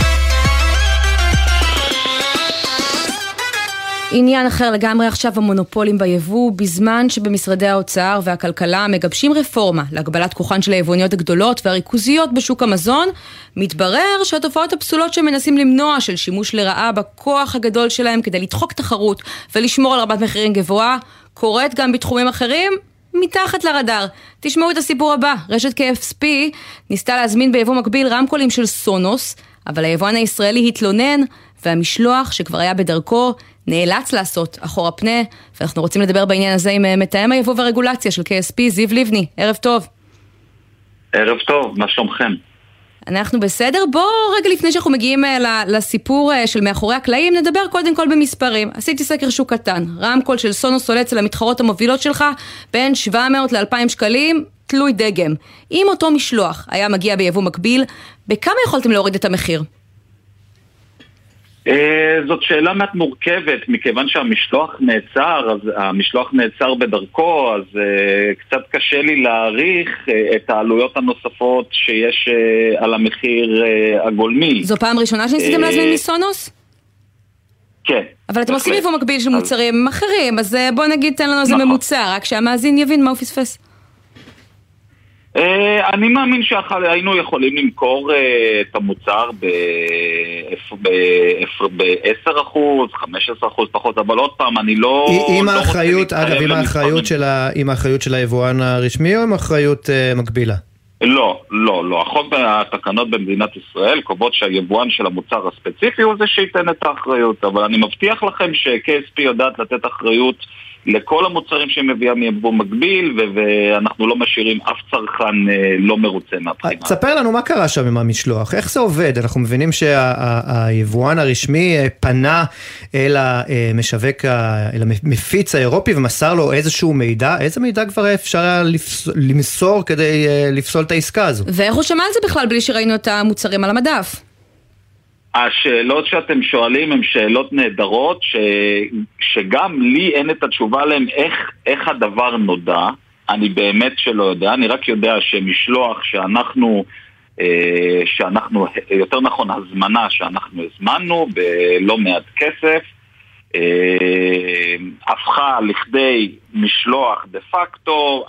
עניין אחר לגמרי עכשיו, המונופולים ביבוא, בזמן שבמשרדי האוצר והכלכלה מגבשים רפורמה להגבלת כוחן של היבואניות הגדולות והריכוזיות בשוק המזון, מתברר שהתופעות הפסולות שמנסים למנוע של שימוש לרעה בכוח הגדול שלהם כדי לדחוק תחרות ולשמור על רמת מחירים גבוהה, קורית גם בתחומים אחרים מתחת לרדאר. תשמעו את הסיפור הבא. רשת קי אף פי ניסתה להזמין ביבוא מקביל רמקולים של סונוס, אבל היבואן הישראלי התלונן, והמשלוח שכבר היה בדרכו נאלץ לעשות אחורה פנה, ואנחנו רוצים לדבר בעניין הזה עם מתאם היבוא והרגולציה של קי אס פי, זיו לבני. ערב טוב. ערב טוב, מה שלומכם? אנחנו בסדר. בוא רגע לפני שאנחנו מגיעים לסיפור של מאחורי הקלעים, נדבר קודם כל במספרים. עשיתי סקר שוק קטן. רמקול של סונוס עולה אצל המתחרות המובילות שלך בין שבע מאות ל-אלפיים שקלים, תלוי דגם. אם אותו משלוח היה מגיע ביבוא מקביל, בכמה יכולתם להוריד את המחיר? זאת שאלה מעט מורכבת, מכיוון שהמשלוח נעצר, אז המשלוח נעצר בדרכו, אז קצת קשה לי להעריך את העלויות הנוספות שיש על המחיר הגולמי. זו פעם ראשונה שניסיתם להזמין מסונוס? כן. אבל אתם עושים יבוא מקביל של מוצרים אחרים, אז בוא נגיד תן לנו איזה ממוצע, רק שהמאזין יבין מה הוא פספס. אני מאמין שהיינו יכולים למכור את המוצר ב-עשרה אחוז, חמישה עשר אחוז פחות, אבל עוד פעם, אני לא... עם האחריות, אגב, עם האחריות של היבואן הרשמי או עם האחריות מקבילה? לא, לא, לא. החוק והתקנות במדינת ישראל קובעות שהיבואן של המוצר הספציפי הוא זה שייתן את האחריות, אבל אני מבטיח לכם ש-קי אס פי יודעת לתת אחריות לכל המוצרים שהיא מביאה מיבוא מקביל, ואנחנו לא משאירים אף צרכן לא מרוצה מהבחינה. תספר לנו מה קרה שם עם המשלוח, איך זה עובד? אנחנו מבינים שהיבואן הרשמי פנה אל המשווק, אל המפיץ האירופי ומסר לו איזשהו מידע, איזה מידע כבר אפשר למסור כדי לפסול את העסקה הזו? ואיך הוא שמע על זה בכלל בלי שראינו את המוצרים על המדף? השאלות שאתם שואלים הן שאלות נהדרות, ש... שגם לי אין את התשובה עליהן איך, איך הדבר נודע. אני באמת שלא יודע, אני רק יודע שמשלוח שאנחנו, אה, שאנחנו יותר נכון הזמנה שאנחנו הזמנו בלא מעט כסף, הפכה לכדי משלוח דה פקטו,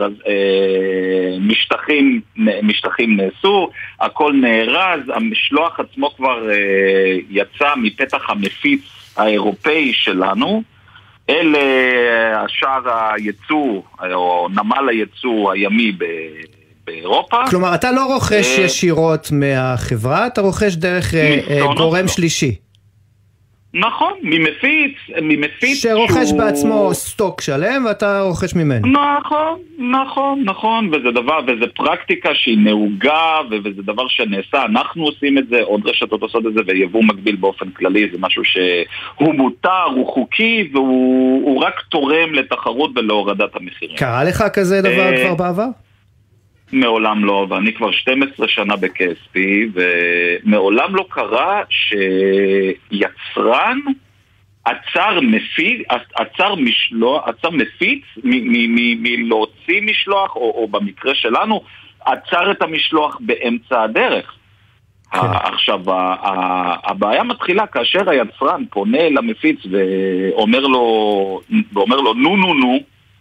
משטחים, משטחים נעשו, הכל נארז, המשלוח עצמו כבר יצא מפתח המפיץ האירופאי שלנו, אל השאר הייצוא, או נמל הייצוא הימי באירופה. כלומר, אתה לא רוכש ישירות מהחברה, אתה רוכש דרך גורם שלישי. נכון, ממפיץ, ממפיץ שרוכש שהוא... בעצמו סטוק שלם ואתה רוכש ממנו. נכון, נכון, נכון, וזה דבר, וזה פרקטיקה שהיא נהוגה, וזה דבר שנעשה, אנחנו עושים את זה, עוד רשתות עושות את זה, ויבוא מקביל באופן כללי, זה משהו שהוא מותר, הוא חוקי, והוא רק תורם לתחרות ולהורדת המחירים. קרה לך כזה דבר כבר בעבר? מעולם לא, ואני כבר שתים עשרה שנה ב-K S P, ומעולם לא קרה שיצרן עצר מפיץ, עצר משלוח, עצר מפיץ מלהוציא משלוח, או, או במקרה שלנו, עצר את המשלוח באמצע הדרך. עכשיו, הבעיה מתחילה כאשר היצרן פונה למפיץ ואומר לו, ואומר לו, נו נו נו,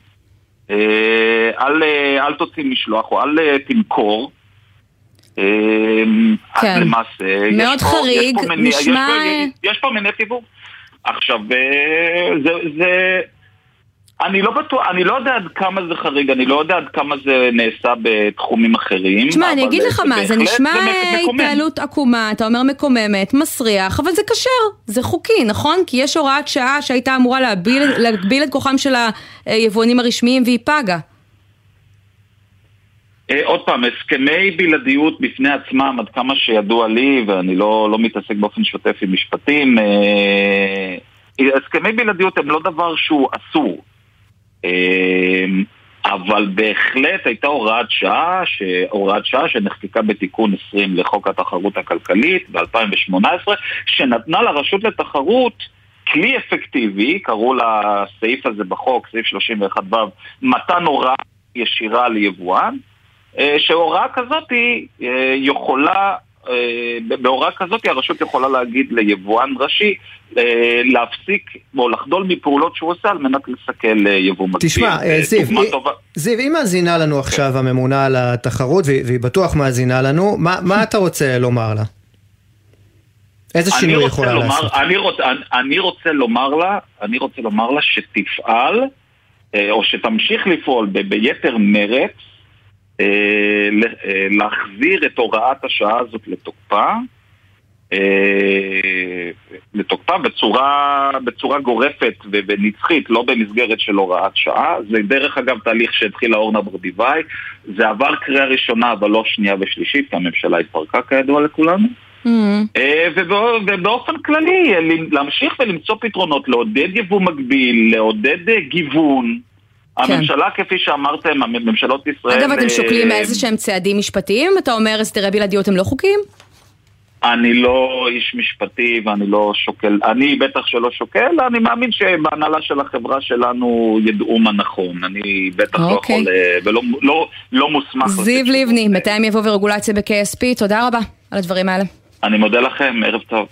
אל, אל תוציא משלוח או אל תמכור. כן. אז למעשה מאוד חריג, נשמע... יש פה מיני סיבוב. עכשיו, זה, זה... אני לא בטוח, אני לא יודע עד כמה זה חריג, אני לא יודע עד כמה זה נעשה בתחומים אחרים. תשמע, אני אגיד לך מה, זה נשמע התנהלות עקומה, אתה אומר מקוממת, מסריח, אבל זה קשר, זה חוקי, נכון? כי יש הוראת שעה שהייתה אמורה להגביל, להגביל את כוחם של היבואנים הרשמיים והיא פגה. עוד פעם, הסכמי בלעדיות בפני עצמם, עד כמה שידוע לי, ואני לא, לא מתעסק באופן שוטף עם משפטים, הסכמי בלעדיות הם לא דבר שהוא אסור. אבל בהחלט הייתה הוראת שעה, הוראת שעה שנחקקה בתיקון עשרים לחוק התחרות הכלכלית ב-אלפיים שמונה עשרה, שנתנה לרשות לתחרות כלי אפקטיבי, קראו לסעיף הזה בחוק, סעיף שלושים ואחת ו', מתן הוראה ישירה ליבואן, שהוראה כזאת יכולה, בהוראה כזאת הרשות יכולה להגיד ליבואן ראשי להפסיק או לחדול מפעולות שהוא עושה על מנת לסכל יבוא מקביל. תשמע, זיו, זיו, היא מאזינה לנו עכשיו הממונה על התחרות, והיא בטוח מאזינה לנו, מה אתה רוצה לומר לה? איזה שינוי יכולה לעשות? אני רוצה לומר לה, אני רוצה לומר לה שתפעל, או שתמשיך לפעול ביתר מרץ, להחזיר את הוראת השעה הזאת לתוקפה, לתוקפה בצורה, בצורה גורפת ונצחית, לא במסגרת של הוראת שעה. זה דרך אגב תהליך שהתחילה אורנה ברביבאי, זה עבר קריאה ראשונה אבל לא שנייה ושלישית, כי הממשלה התפרקה כידוע לכולנו. ובאופן כללי להמשיך ולמצוא פתרונות, לעודד יבוא מקביל, לעודד גיוון. הממשלה, כפי שאמרתם, ממשלות ישראל... אגב, אתם שוקלים איזה שהם צעדים משפטיים? אתה אומר, הסדרי בלעדיות הם לא חוקיים? אני לא איש משפטי ואני לא שוקל, אני בטח שלא שוקל, אני מאמין שבהנהלה של החברה שלנו ידעו מה נכון, אני בטח לא יכול ולא לא, לא מוסמך. זיו לבני, מתאם יבוא ורגולציה ב-K S P, תודה רבה על הדברים האלה. אני מודה לכם, ערב טוב.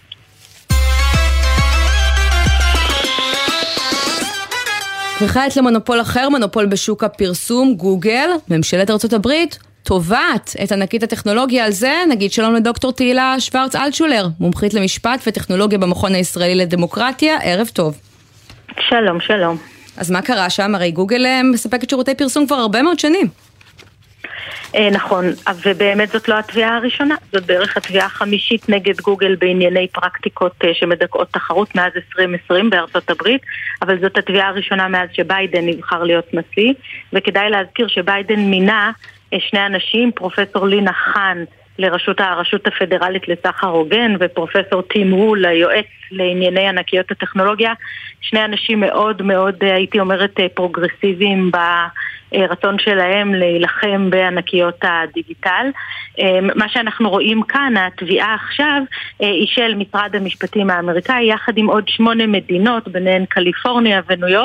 וכעת למונופול אחר, מונופול בשוק הפרסום, גוגל, ממשלת ארצות הברית, תובעת את ענקית הטכנולוגיה. על זה נגיד שלום לדוקטור תהילה שוורץ אלטשולר, מומחית למשפט וטכנולוגיה במכון הישראלי לדמוקרטיה, ערב טוב. שלום, שלום. אז מה קרה שם? הרי גוגל מספקת שירותי פרסום כבר הרבה מאוד שנים. נכון, ובאמת זאת לא התביעה הראשונה, זאת בערך התביעה החמישית נגד גוגל בענייני פרקטיקות שמדכאות תחרות מאז עשרים עשרים בארצות הברית, אבל זאת התביעה הראשונה מאז שביידן נבחר להיות נשיא, וכדאי להזכיר שביידן מינה שני אנשים, פרופסור לינה חן לרשות הרשות הפדרלית לסחר הוגן ופרופסור טים וול ליועץ לענייני ענקיות הטכנולוגיה, שני אנשים מאוד מאוד הייתי אומרת פרוגרסיביים ברצון שלהם להילחם בענקיות הדיגיטל. מה שאנחנו רואים כאן, התביעה עכשיו היא של משרד המשפטים האמריקאי יחד עם עוד שמונה מדינות, ביניהן קליפורניה וניו יורק,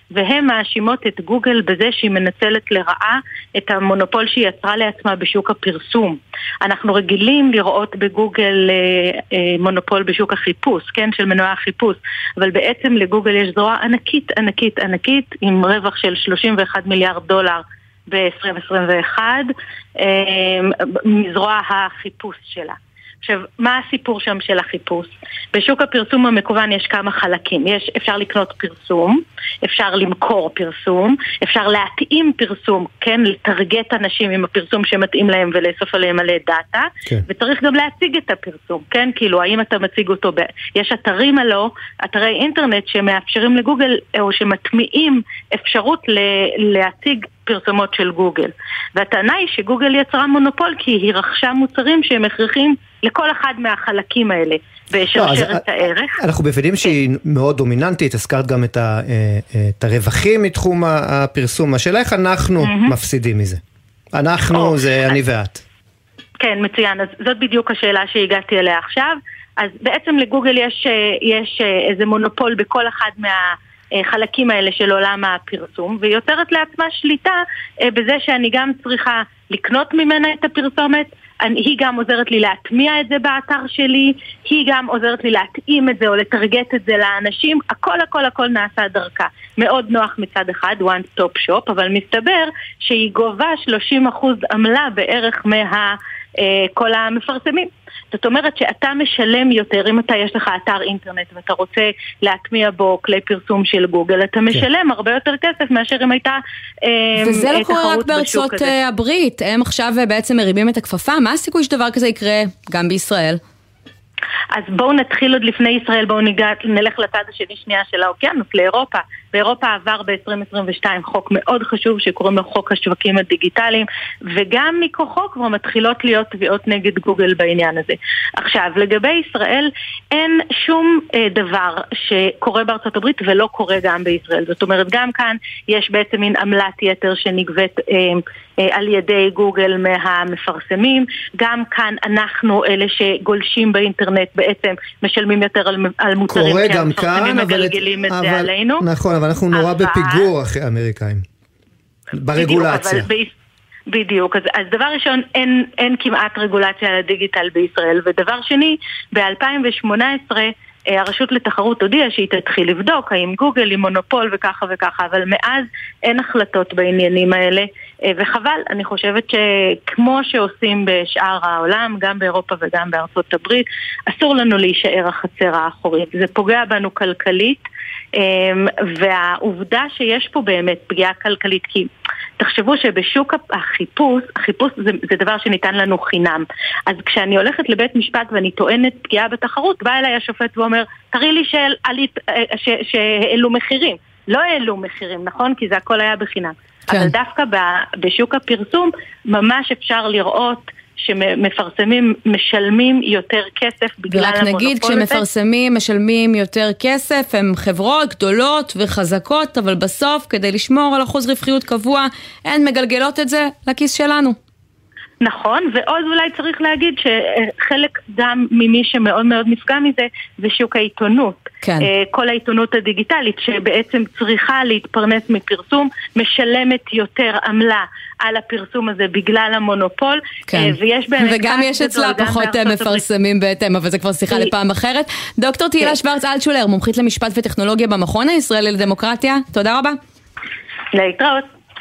והם מאשימות את גוגל בזה שהיא מנצלת לרעה את המונופול שהיא יצרה לעצמה בשוק הפרסום. אנחנו רגילים לראות בגוגל אה, אה, מונופול בשוק החיפוש, כן, של מנועי החיפוש, אבל בעצם לגוגל יש זרוע ענקית, ענקית, ענקית, עם רווח של שלושים ואחד מיליארד דולר ב-עשרים עשרים ואחת, אה, מזרוע החיפוש שלה. עכשיו, מה הסיפור שם של החיפוש? בשוק הפרסום המקוון יש כמה חלקים. יש, אפשר לקנות פרסום, אפשר למכור פרסום, אפשר להתאים פרסום, כן, לטרגט אנשים עם הפרסום שמתאים להם ולאסוף עליהם מלא דאטה, כן. וצריך גם להציג את הפרסום, כן, כאילו, האם אתה מציג אותו ב... יש אתרים הלא, אתרי אינטרנט שמאפשרים לגוגל, או שמטמיעים אפשרות ל... להציג פרסומות של גוגל. והטענה היא שגוגל יצרה מונופול כי היא רכשה מוצרים שהם הכרחים לכל אחד מהחלקים האלה בשרשרת הערך. אנחנו מבינים שהיא מאוד דומיננטית, הזכרת גם את הרווחים מתחום הפרסום. השאלה איך אנחנו מפסידים מזה? אנחנו זה אני ואת. כן, מצוין. אז זאת בדיוק השאלה שהגעתי אליה עכשיו. אז בעצם לגוגל יש, יש איזה מונופול בכל אחד מה... חלקים האלה של עולם הפרסום, והיא יוצרת לעצמה שליטה בזה שאני גם צריכה לקנות ממנה את הפרסומת, היא גם עוזרת לי להטמיע את זה באתר שלי, היא גם עוזרת לי להתאים את זה או לטרגט את זה לאנשים, הכל הכל הכל נעשה דרכה. מאוד נוח מצד אחד, one stop shop, אבל מסתבר שהיא גובה שלושים אחוז עמלה בערך מה... כל המפרסמים. זאת אומרת שאתה משלם יותר, אם אתה יש לך אתר אינטרנט ואתה רוצה להטמיע בו כלי פרסום של גוגל, אתה משלם הרבה יותר כסף מאשר אם הייתה תחרות בשוק הזה. וזה לא קורה רק בארצות הברית, הם עכשיו בעצם מרימים את הכפפה, מה הסיכוי שדבר כזה יקרה גם בישראל? אז בואו נתחיל עוד לפני ישראל, בואו ניגע, נלך לצד השני שנייה של האוקיינוס, לאירופה. באירופה עבר ב-עשרים עשרים ושתיים חוק מאוד חשוב שקוראים לו חוק השווקים הדיגיטליים, וגם מכוחו כבר מתחילות להיות תביעות נגד גוגל בעניין הזה. עכשיו, לגבי ישראל, אין שום אה, דבר שקורה בארצות הברית ולא קורה גם בישראל. זאת אומרת, גם כאן יש בעצם מין עמלת יתר שנגבית אה, אה, על ידי גוגל מהמפרסמים. גם כאן אנחנו, אלה שגולשים באינטרנט, בעצם משלמים יותר על, על מוצרים. קורה גם כאן, אבל... מגלגלים את זה עלינו. נכון, אבל אנחנו נורא אבל... בפיגור אחרי האמריקאים. ברגולציה. בדיוק, אבל... בדיוק. אז, אז דבר ראשון, אין, אין כמעט רגולציה על הדיגיטל בישראל, ודבר שני, ב-אלפיים שמונה עשרה הרשות לתחרות הודיעה שהיא תתחיל לבדוק האם גוגל היא מונופול וככה וככה, אבל מאז אין החלטות בעניינים האלה, וחבל. אני חושבת שכמו שעושים בשאר העולם, גם באירופה וגם בארצות הברית, אסור לנו להישאר החצר האחורית. זה פוגע בנו כלכלית, והעובדה שיש פה באמת פגיעה כלכלית, כי תחשבו שבשוק החיפוש, החיפוש זה, זה דבר שניתן לנו חינם. אז כשאני הולכת לבית משפט ואני טוענת פגיעה בתחרות, בא אליי השופט ואומר, תראי לי שהעלו מחירים. לא העלו מחירים, נכון? כי זה הכל היה בחינם. כן. אבל דווקא בשוק הפרסום ממש אפשר לראות שמפרסמים משלמים יותר כסף בגלל המונופול. ורק נגיד, כשמפרסמים משלמים יותר כסף, הם חברות גדולות וחזקות, אבל בסוף, כדי לשמור על אחוז רווחיות קבוע, הן מגלגלות את זה לכיס שלנו. נכון, ועוד אולי צריך להגיד שחלק גם ממי שמאוד מאוד נפגע מזה, זה שוק העיתונות. כן. כל העיתונות הדיגיטלית שבעצם צריכה להתפרנס מפרסום, משלמת יותר עמלה על הפרסום הזה בגלל המונופול. כן. ויש וגם יש אצלה פחות מפרסמים בהתאם, אבל זה כבר שיחה לפעם אחרת. דוקטור תהילה שוורץ אלטשולר, מומחית למשפט וטכנולוגיה במכון הישראלי לדמוקרטיה. תודה רבה. להתראות.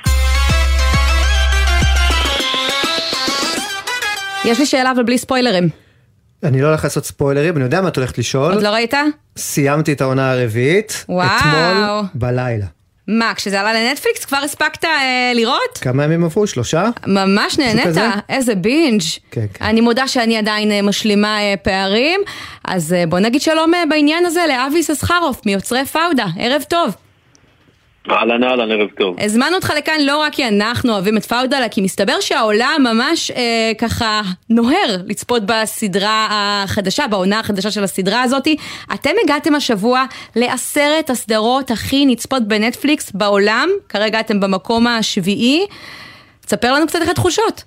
יש לי שאלה אבל בלי ספוילרים. אני לא הולך לעשות ספוילרים, אני יודע מה את הולכת לשאול. עוד לא ראית? סיימתי את העונה הרביעית. וואו. אתמול בלילה. מה, כשזה עלה לנטפליקס כבר הספקת אה, לראות? כמה ימים עברו? שלושה? ממש נהנית, איזה בינג'. כן, כן. אני מודה שאני עדיין אה, משלימה אה, פערים, אז אה, בוא נגיד שלום אה, בעניין הזה לאבי ססחרוף, מיוצרי פאודה. ערב טוב. אהלן אהלן, ערב טוב. הזמנו אותך לכאן לא רק כי אנחנו אוהבים את פאודה, אלא כי מסתבר שהעולם ממש אה, ככה נוהר לצפות בסדרה החדשה, בעונה החדשה של הסדרה הזאת. אתם הגעתם השבוע לעשרת הסדרות הכי נצפות בנטפליקס בעולם, כרגע אתם במקום השביעי. תספר לנו קצת איך התחושות.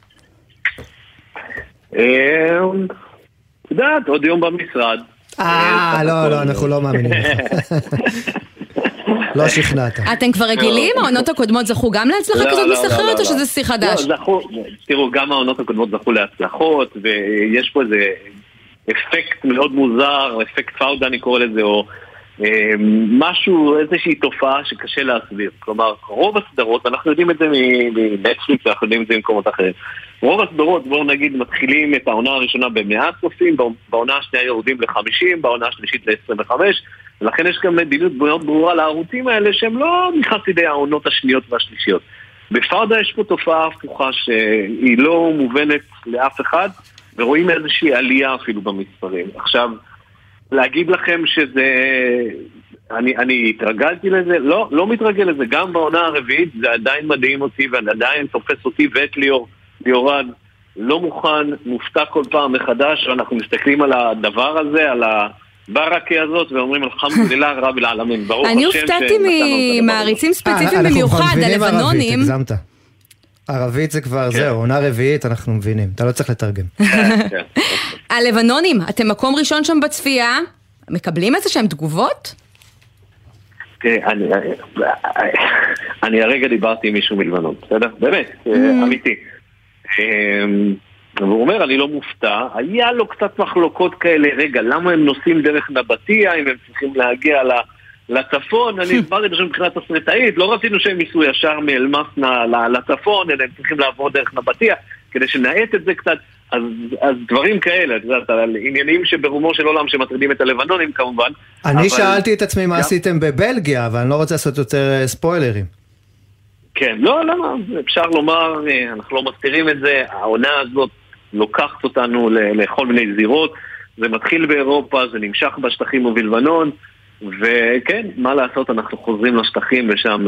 אה, יודעת, עוד יום במשרד. אה, לא, לא, אנחנו לא מאמינים לך. לא שכנעת. אתם כבר רגילים? העונות הקודמות זכו גם להצלחה כזאת מסחררת או שזה שיא חדש? לא, זכו, תראו, גם העונות הקודמות זכו להצלחות, ויש פה איזה אפקט מאוד מוזר, אפקט פאודה אני קורא לזה, או משהו, איזושהי תופעה שקשה להסביר. כלומר, רוב הסדרות, אנחנו יודעים את זה מנטפליקס, אנחנו יודעים את זה ממקומות אחרים. רוב הסדרות, בואו נגיד, מתחילים את העונה הראשונה ב-מאה צופים, בעונה השנייה יורדים ל-חמישים, בעונה השלישית ל-עשרים וחמש, ולכן יש גם מדיניות מאוד ברורה לערוצים האלה, שהם לא מחסידי העונות השניות והשלישיות. בפאודה יש פה תופעה הפוכה שהיא לא מובנת לאף אחד, ורואים איזושהי עלייה אפילו במספרים. עכשיו, להגיד לכם שזה... אני, אני התרגלתי לזה? לא, לא מתרגל לזה. גם בעונה הרביעית זה עדיין מדהים אותי, ועדיין תופס אותי ואת ליאור, ליאורד, לא מוכן, מופתע כל פעם מחדש, ואנחנו מסתכלים על הדבר הזה, על הברקה הזאת, ואומרים אלחמדולillah רב אלעלמין. ברוך השם. אני הופתעתי ממעריצים ספציפיים במיוחד, הלבנונים. ערבית זה כבר זהו, עונה רביעית אנחנו מבינים, אתה לא צריך לתרגם. הלבנונים, אתם מקום ראשון שם בצפייה, מקבלים איזה שהם תגובות? אני הרגע דיברתי עם מישהו מלבנון, בסדר? באמת, אמיתי. והוא אומר, אני לא מופתע, היה לו קצת מחלוקות כאלה, רגע, למה הם נוסעים דרך נבטיה, אם הם צריכים להגיע ל... לצפון, אני הסברתי את זה מבחינת הסרטאית, לא רצינו שהם ייסעו ישר מאלמסנה לצפון, אלא הם צריכים לעבור דרך נבטיה, כדי שנעט את זה קצת, אז, אז דברים כאלה, את יודעת, על עניינים שברומו של עולם שמטרידים את הלבנונים כמובן. אני אבל... שאלתי את עצמי מה עשיתם בבלגיה, אבל אני לא רוצה לעשות יותר ספוילרים. כן, לא, לא, אפשר לומר, אנחנו לא מסתירים את זה, העונה הזאת לוקחת אותנו לכל מיני זירות, זה מתחיל באירופה, זה נמשך בשטחים ובלבנון, וכן, מה לעשות, אנחנו חוזרים לשטחים ושם,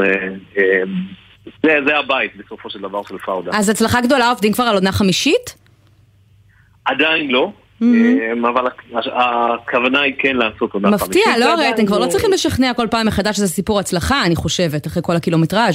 זה, זה הבית בסופו של דבר של פאודה. אז הצלחה גדולה, עובדים כבר על עונה חמישית? עדיין לא, אבל הכוונה היא כן לעשות עונה חמישית. מפתיע, לא הרי, אתם כבר לא צריכים לשכנע כל פעם מחדש שזה סיפור הצלחה, אני חושבת, אחרי כל הקילומטראז'.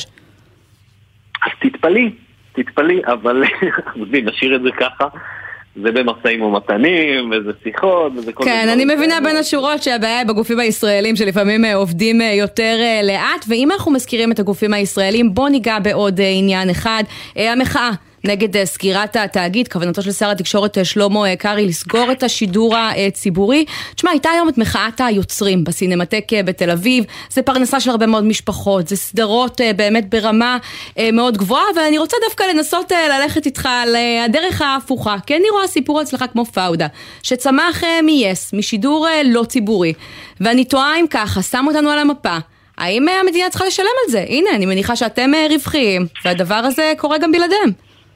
אז תתפלי, תתפלי, אבל נשאיר את זה ככה. זה במסעים ומתנים, וזה שיחות, וזה כל... כן, אני מבינה בין השורות שהבעיה היא בגופים הישראלים, שלפעמים עובדים יותר לאט, ואם אנחנו מזכירים את הגופים הישראלים, בוא ניגע בעוד עניין אחד, המחאה. נגד סגירת התאגיד, כוונתו של שר התקשורת שלמה קרעי לסגור את השידור הציבורי. תשמע, הייתה היום את מחאת היוצרים בסינמטק בתל אביב, זה פרנסה של הרבה מאוד משפחות, זה סדרות באמת ברמה מאוד גבוהה, ואני רוצה דווקא לנסות ללכת איתך על הדרך ההפוכה, כי אני רואה סיפור הצלחה כמו פאודה, שצמח מייס, משידור לא ציבורי, ואני טועה אם ככה, שם אותנו על המפה, האם המדינה צריכה לשלם על זה? הנה, אני מניחה שאתם רווחיים, והדבר הזה קורה גם בלעדיהם.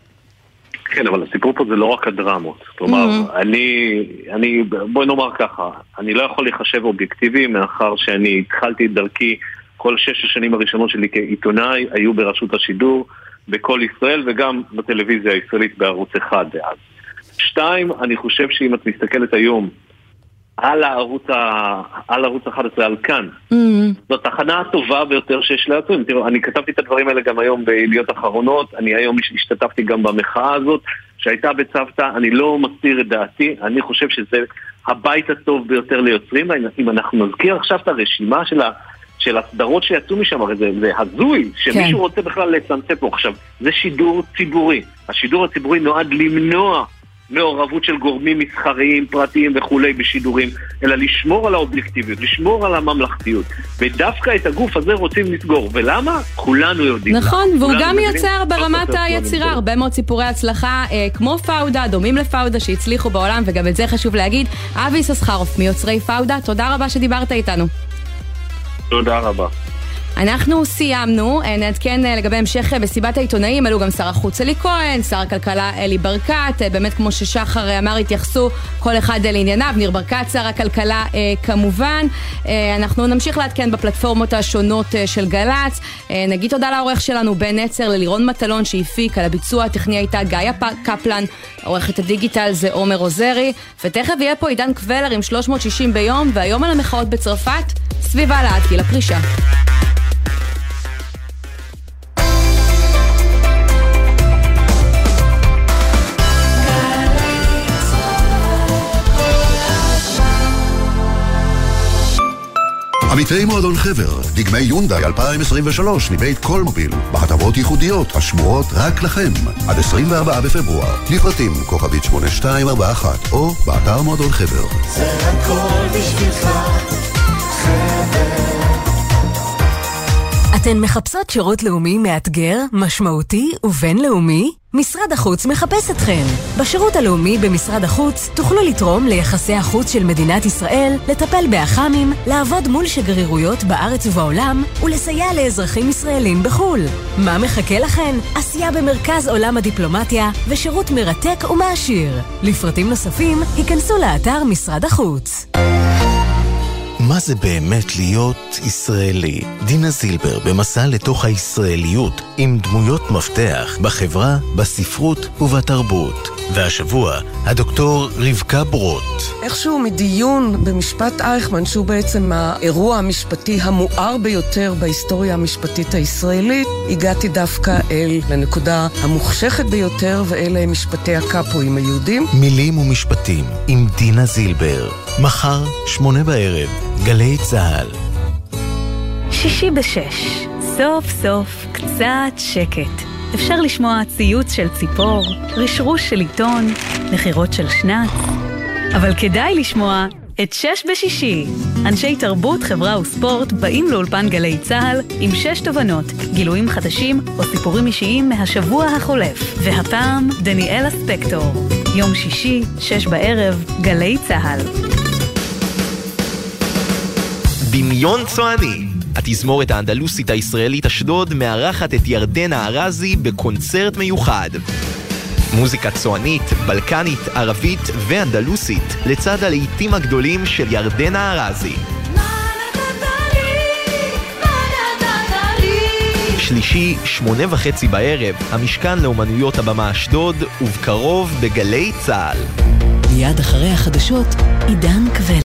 כן, אבל הסיפור פה זה לא רק הדרמות. כלומר, mm-hmm. אני, אני, בואי נאמר ככה, אני לא יכול לחשב אובייקטיבי, מאחר שאני התחלתי את דרכי, כל שש השנים הראשונות שלי כעיתונאי, היו ברשות השידור, בכל ישראל, וגם בטלוויזיה הישראלית בערוץ אחד דאז. שתיים, אני חושב שאם את מסתכלת היום, על הערוץ, ה... על ערוץ אחת עשרה, על כאן. Mm-hmm. זו התחנה הטובה ביותר שיש לעצום. תראו, אני כתבתי את הדברים האלה גם היום בידיעות אחרונות, אני היום השתתפתי גם במחאה הזאת, שהייתה בצוותא, אני לא מסתיר את דעתי, אני חושב שזה הבית הטוב ביותר ליוצרים, אם אנחנו נזכיר עכשיו את הרשימה של, ה... של הסדרות שיצאו משם, הרי זה, זה הזוי, שמישהו כן. רוצה בכלל לצמצם פה. עכשיו, זה שידור ציבורי. השידור הציבורי נועד למנוע מעורבות של גורמים מסחריים, פרטיים וכולי בשידורים, אלא לשמור על האובייקטיביות, לשמור על הממלכתיות. ודווקא את הגוף הזה רוצים לסגור. ולמה? כולנו יודעים. נכון, והוא גם יוצר ברמת היצירה הרבה מאוד סיפורי הצלחה, אה, כמו פאודה, דומים לפאודה שהצליחו בעולם, וגם את זה חשוב להגיד. אבי יששכרוף מיוצרי פאודה, תודה רבה שדיברת איתנו. תודה רבה. אנחנו סיימנו, נעדכן לגבי המשך בסיבת העיתונאים, אלו גם שר החוץ אלי כהן, שר הכלכלה אלי ברקת, באמת כמו ששחר אמר התייחסו כל אחד לענייניו, ניר ברקת שר הכלכלה כמובן. אנחנו נמשיך לעדכן בפלטפורמות השונות של גלץ, נגיד תודה לעורך שלנו בן נצר, ללירון מטלון שהפיק, על הביצוע הטכני הייתה גיא קפלן, עורכת הדיגיטל זה עומר עוזרי, ותכף יהיה פה עידן קבלר עם שלוש מאות ושישים ביום, והיום על המחאות בצרפת, סביב העלאת גיל הפרישה. עמיתי מועדון חבר, דגמי יונדאי אלפיים עשרים ושלוש מבית כל מוביל, בהטבות ייחודיות השמורות רק לכם, עד עשרים וארבעה בפברואר, לפרטים כוכבית שמונה שתיים ארבע אחת, או באתר מועדון חבר. זה הכל בשבילך, חבר. אתן מחפשות שירות לאומי מאתגר, משמעותי ובינלאומי? משרד החוץ מחפש אתכן. בשירות הלאומי במשרד החוץ תוכלו לתרום ליחסי החוץ של מדינת ישראל, לטפל באח"מים, לעבוד מול שגרירויות בארץ ובעולם ולסייע לאזרחים ישראלים בחו"ל. מה מחכה לכן? עשייה במרכז עולם הדיפלומטיה ושירות מרתק ומעשיר. לפרטים נוספים, היכנסו לאתר משרד החוץ. מה זה באמת להיות ישראלי? דינה זילבר במסע לתוך הישראליות עם דמויות מפתח בחברה, בספרות ובתרבות. והשבוע, הדוקטור רבקה ברוט. איכשהו מדיון במשפט אייכמן, שהוא בעצם האירוע המשפטי המואר ביותר בהיסטוריה המשפטית הישראלית, הגעתי דווקא אל לנקודה המוחשכת ביותר, ואלה משפטי הקאפואים היהודים. מילים ומשפטים עם דינה זילבר. מחר, שמונה בערב, גלי צהל. שישי בשש, סוף סוף קצת שקט. אפשר לשמוע ציוץ של ציפור, רשרוש של עיתון, נחירות של שנץ. אבל כדאי לשמוע את שש בשישי. אנשי תרבות, חברה וספורט באים לאולפן גלי צהל עם שש תובנות, גילויים חדשים או סיפורים אישיים מהשבוע החולף. והפעם דניאלה ספקטור. יום שישי, שש בערב, גלי צהל. דמיון צועני. התזמורת האנדלוסית הישראלית אשדוד מארחת את ירדנה ארזי בקונצרט מיוחד. מוזיקה צוענית, בלקנית, ערבית ואנדלוסית לצד הלהיטים הגדולים של ירדנה ארזי. שלישי, שמונה וחצי בערב, המשכן לאומנויות הבמה אשדוד, ובקרוב בגלי צהל. מיד אחרי החדשות, עידן קבל.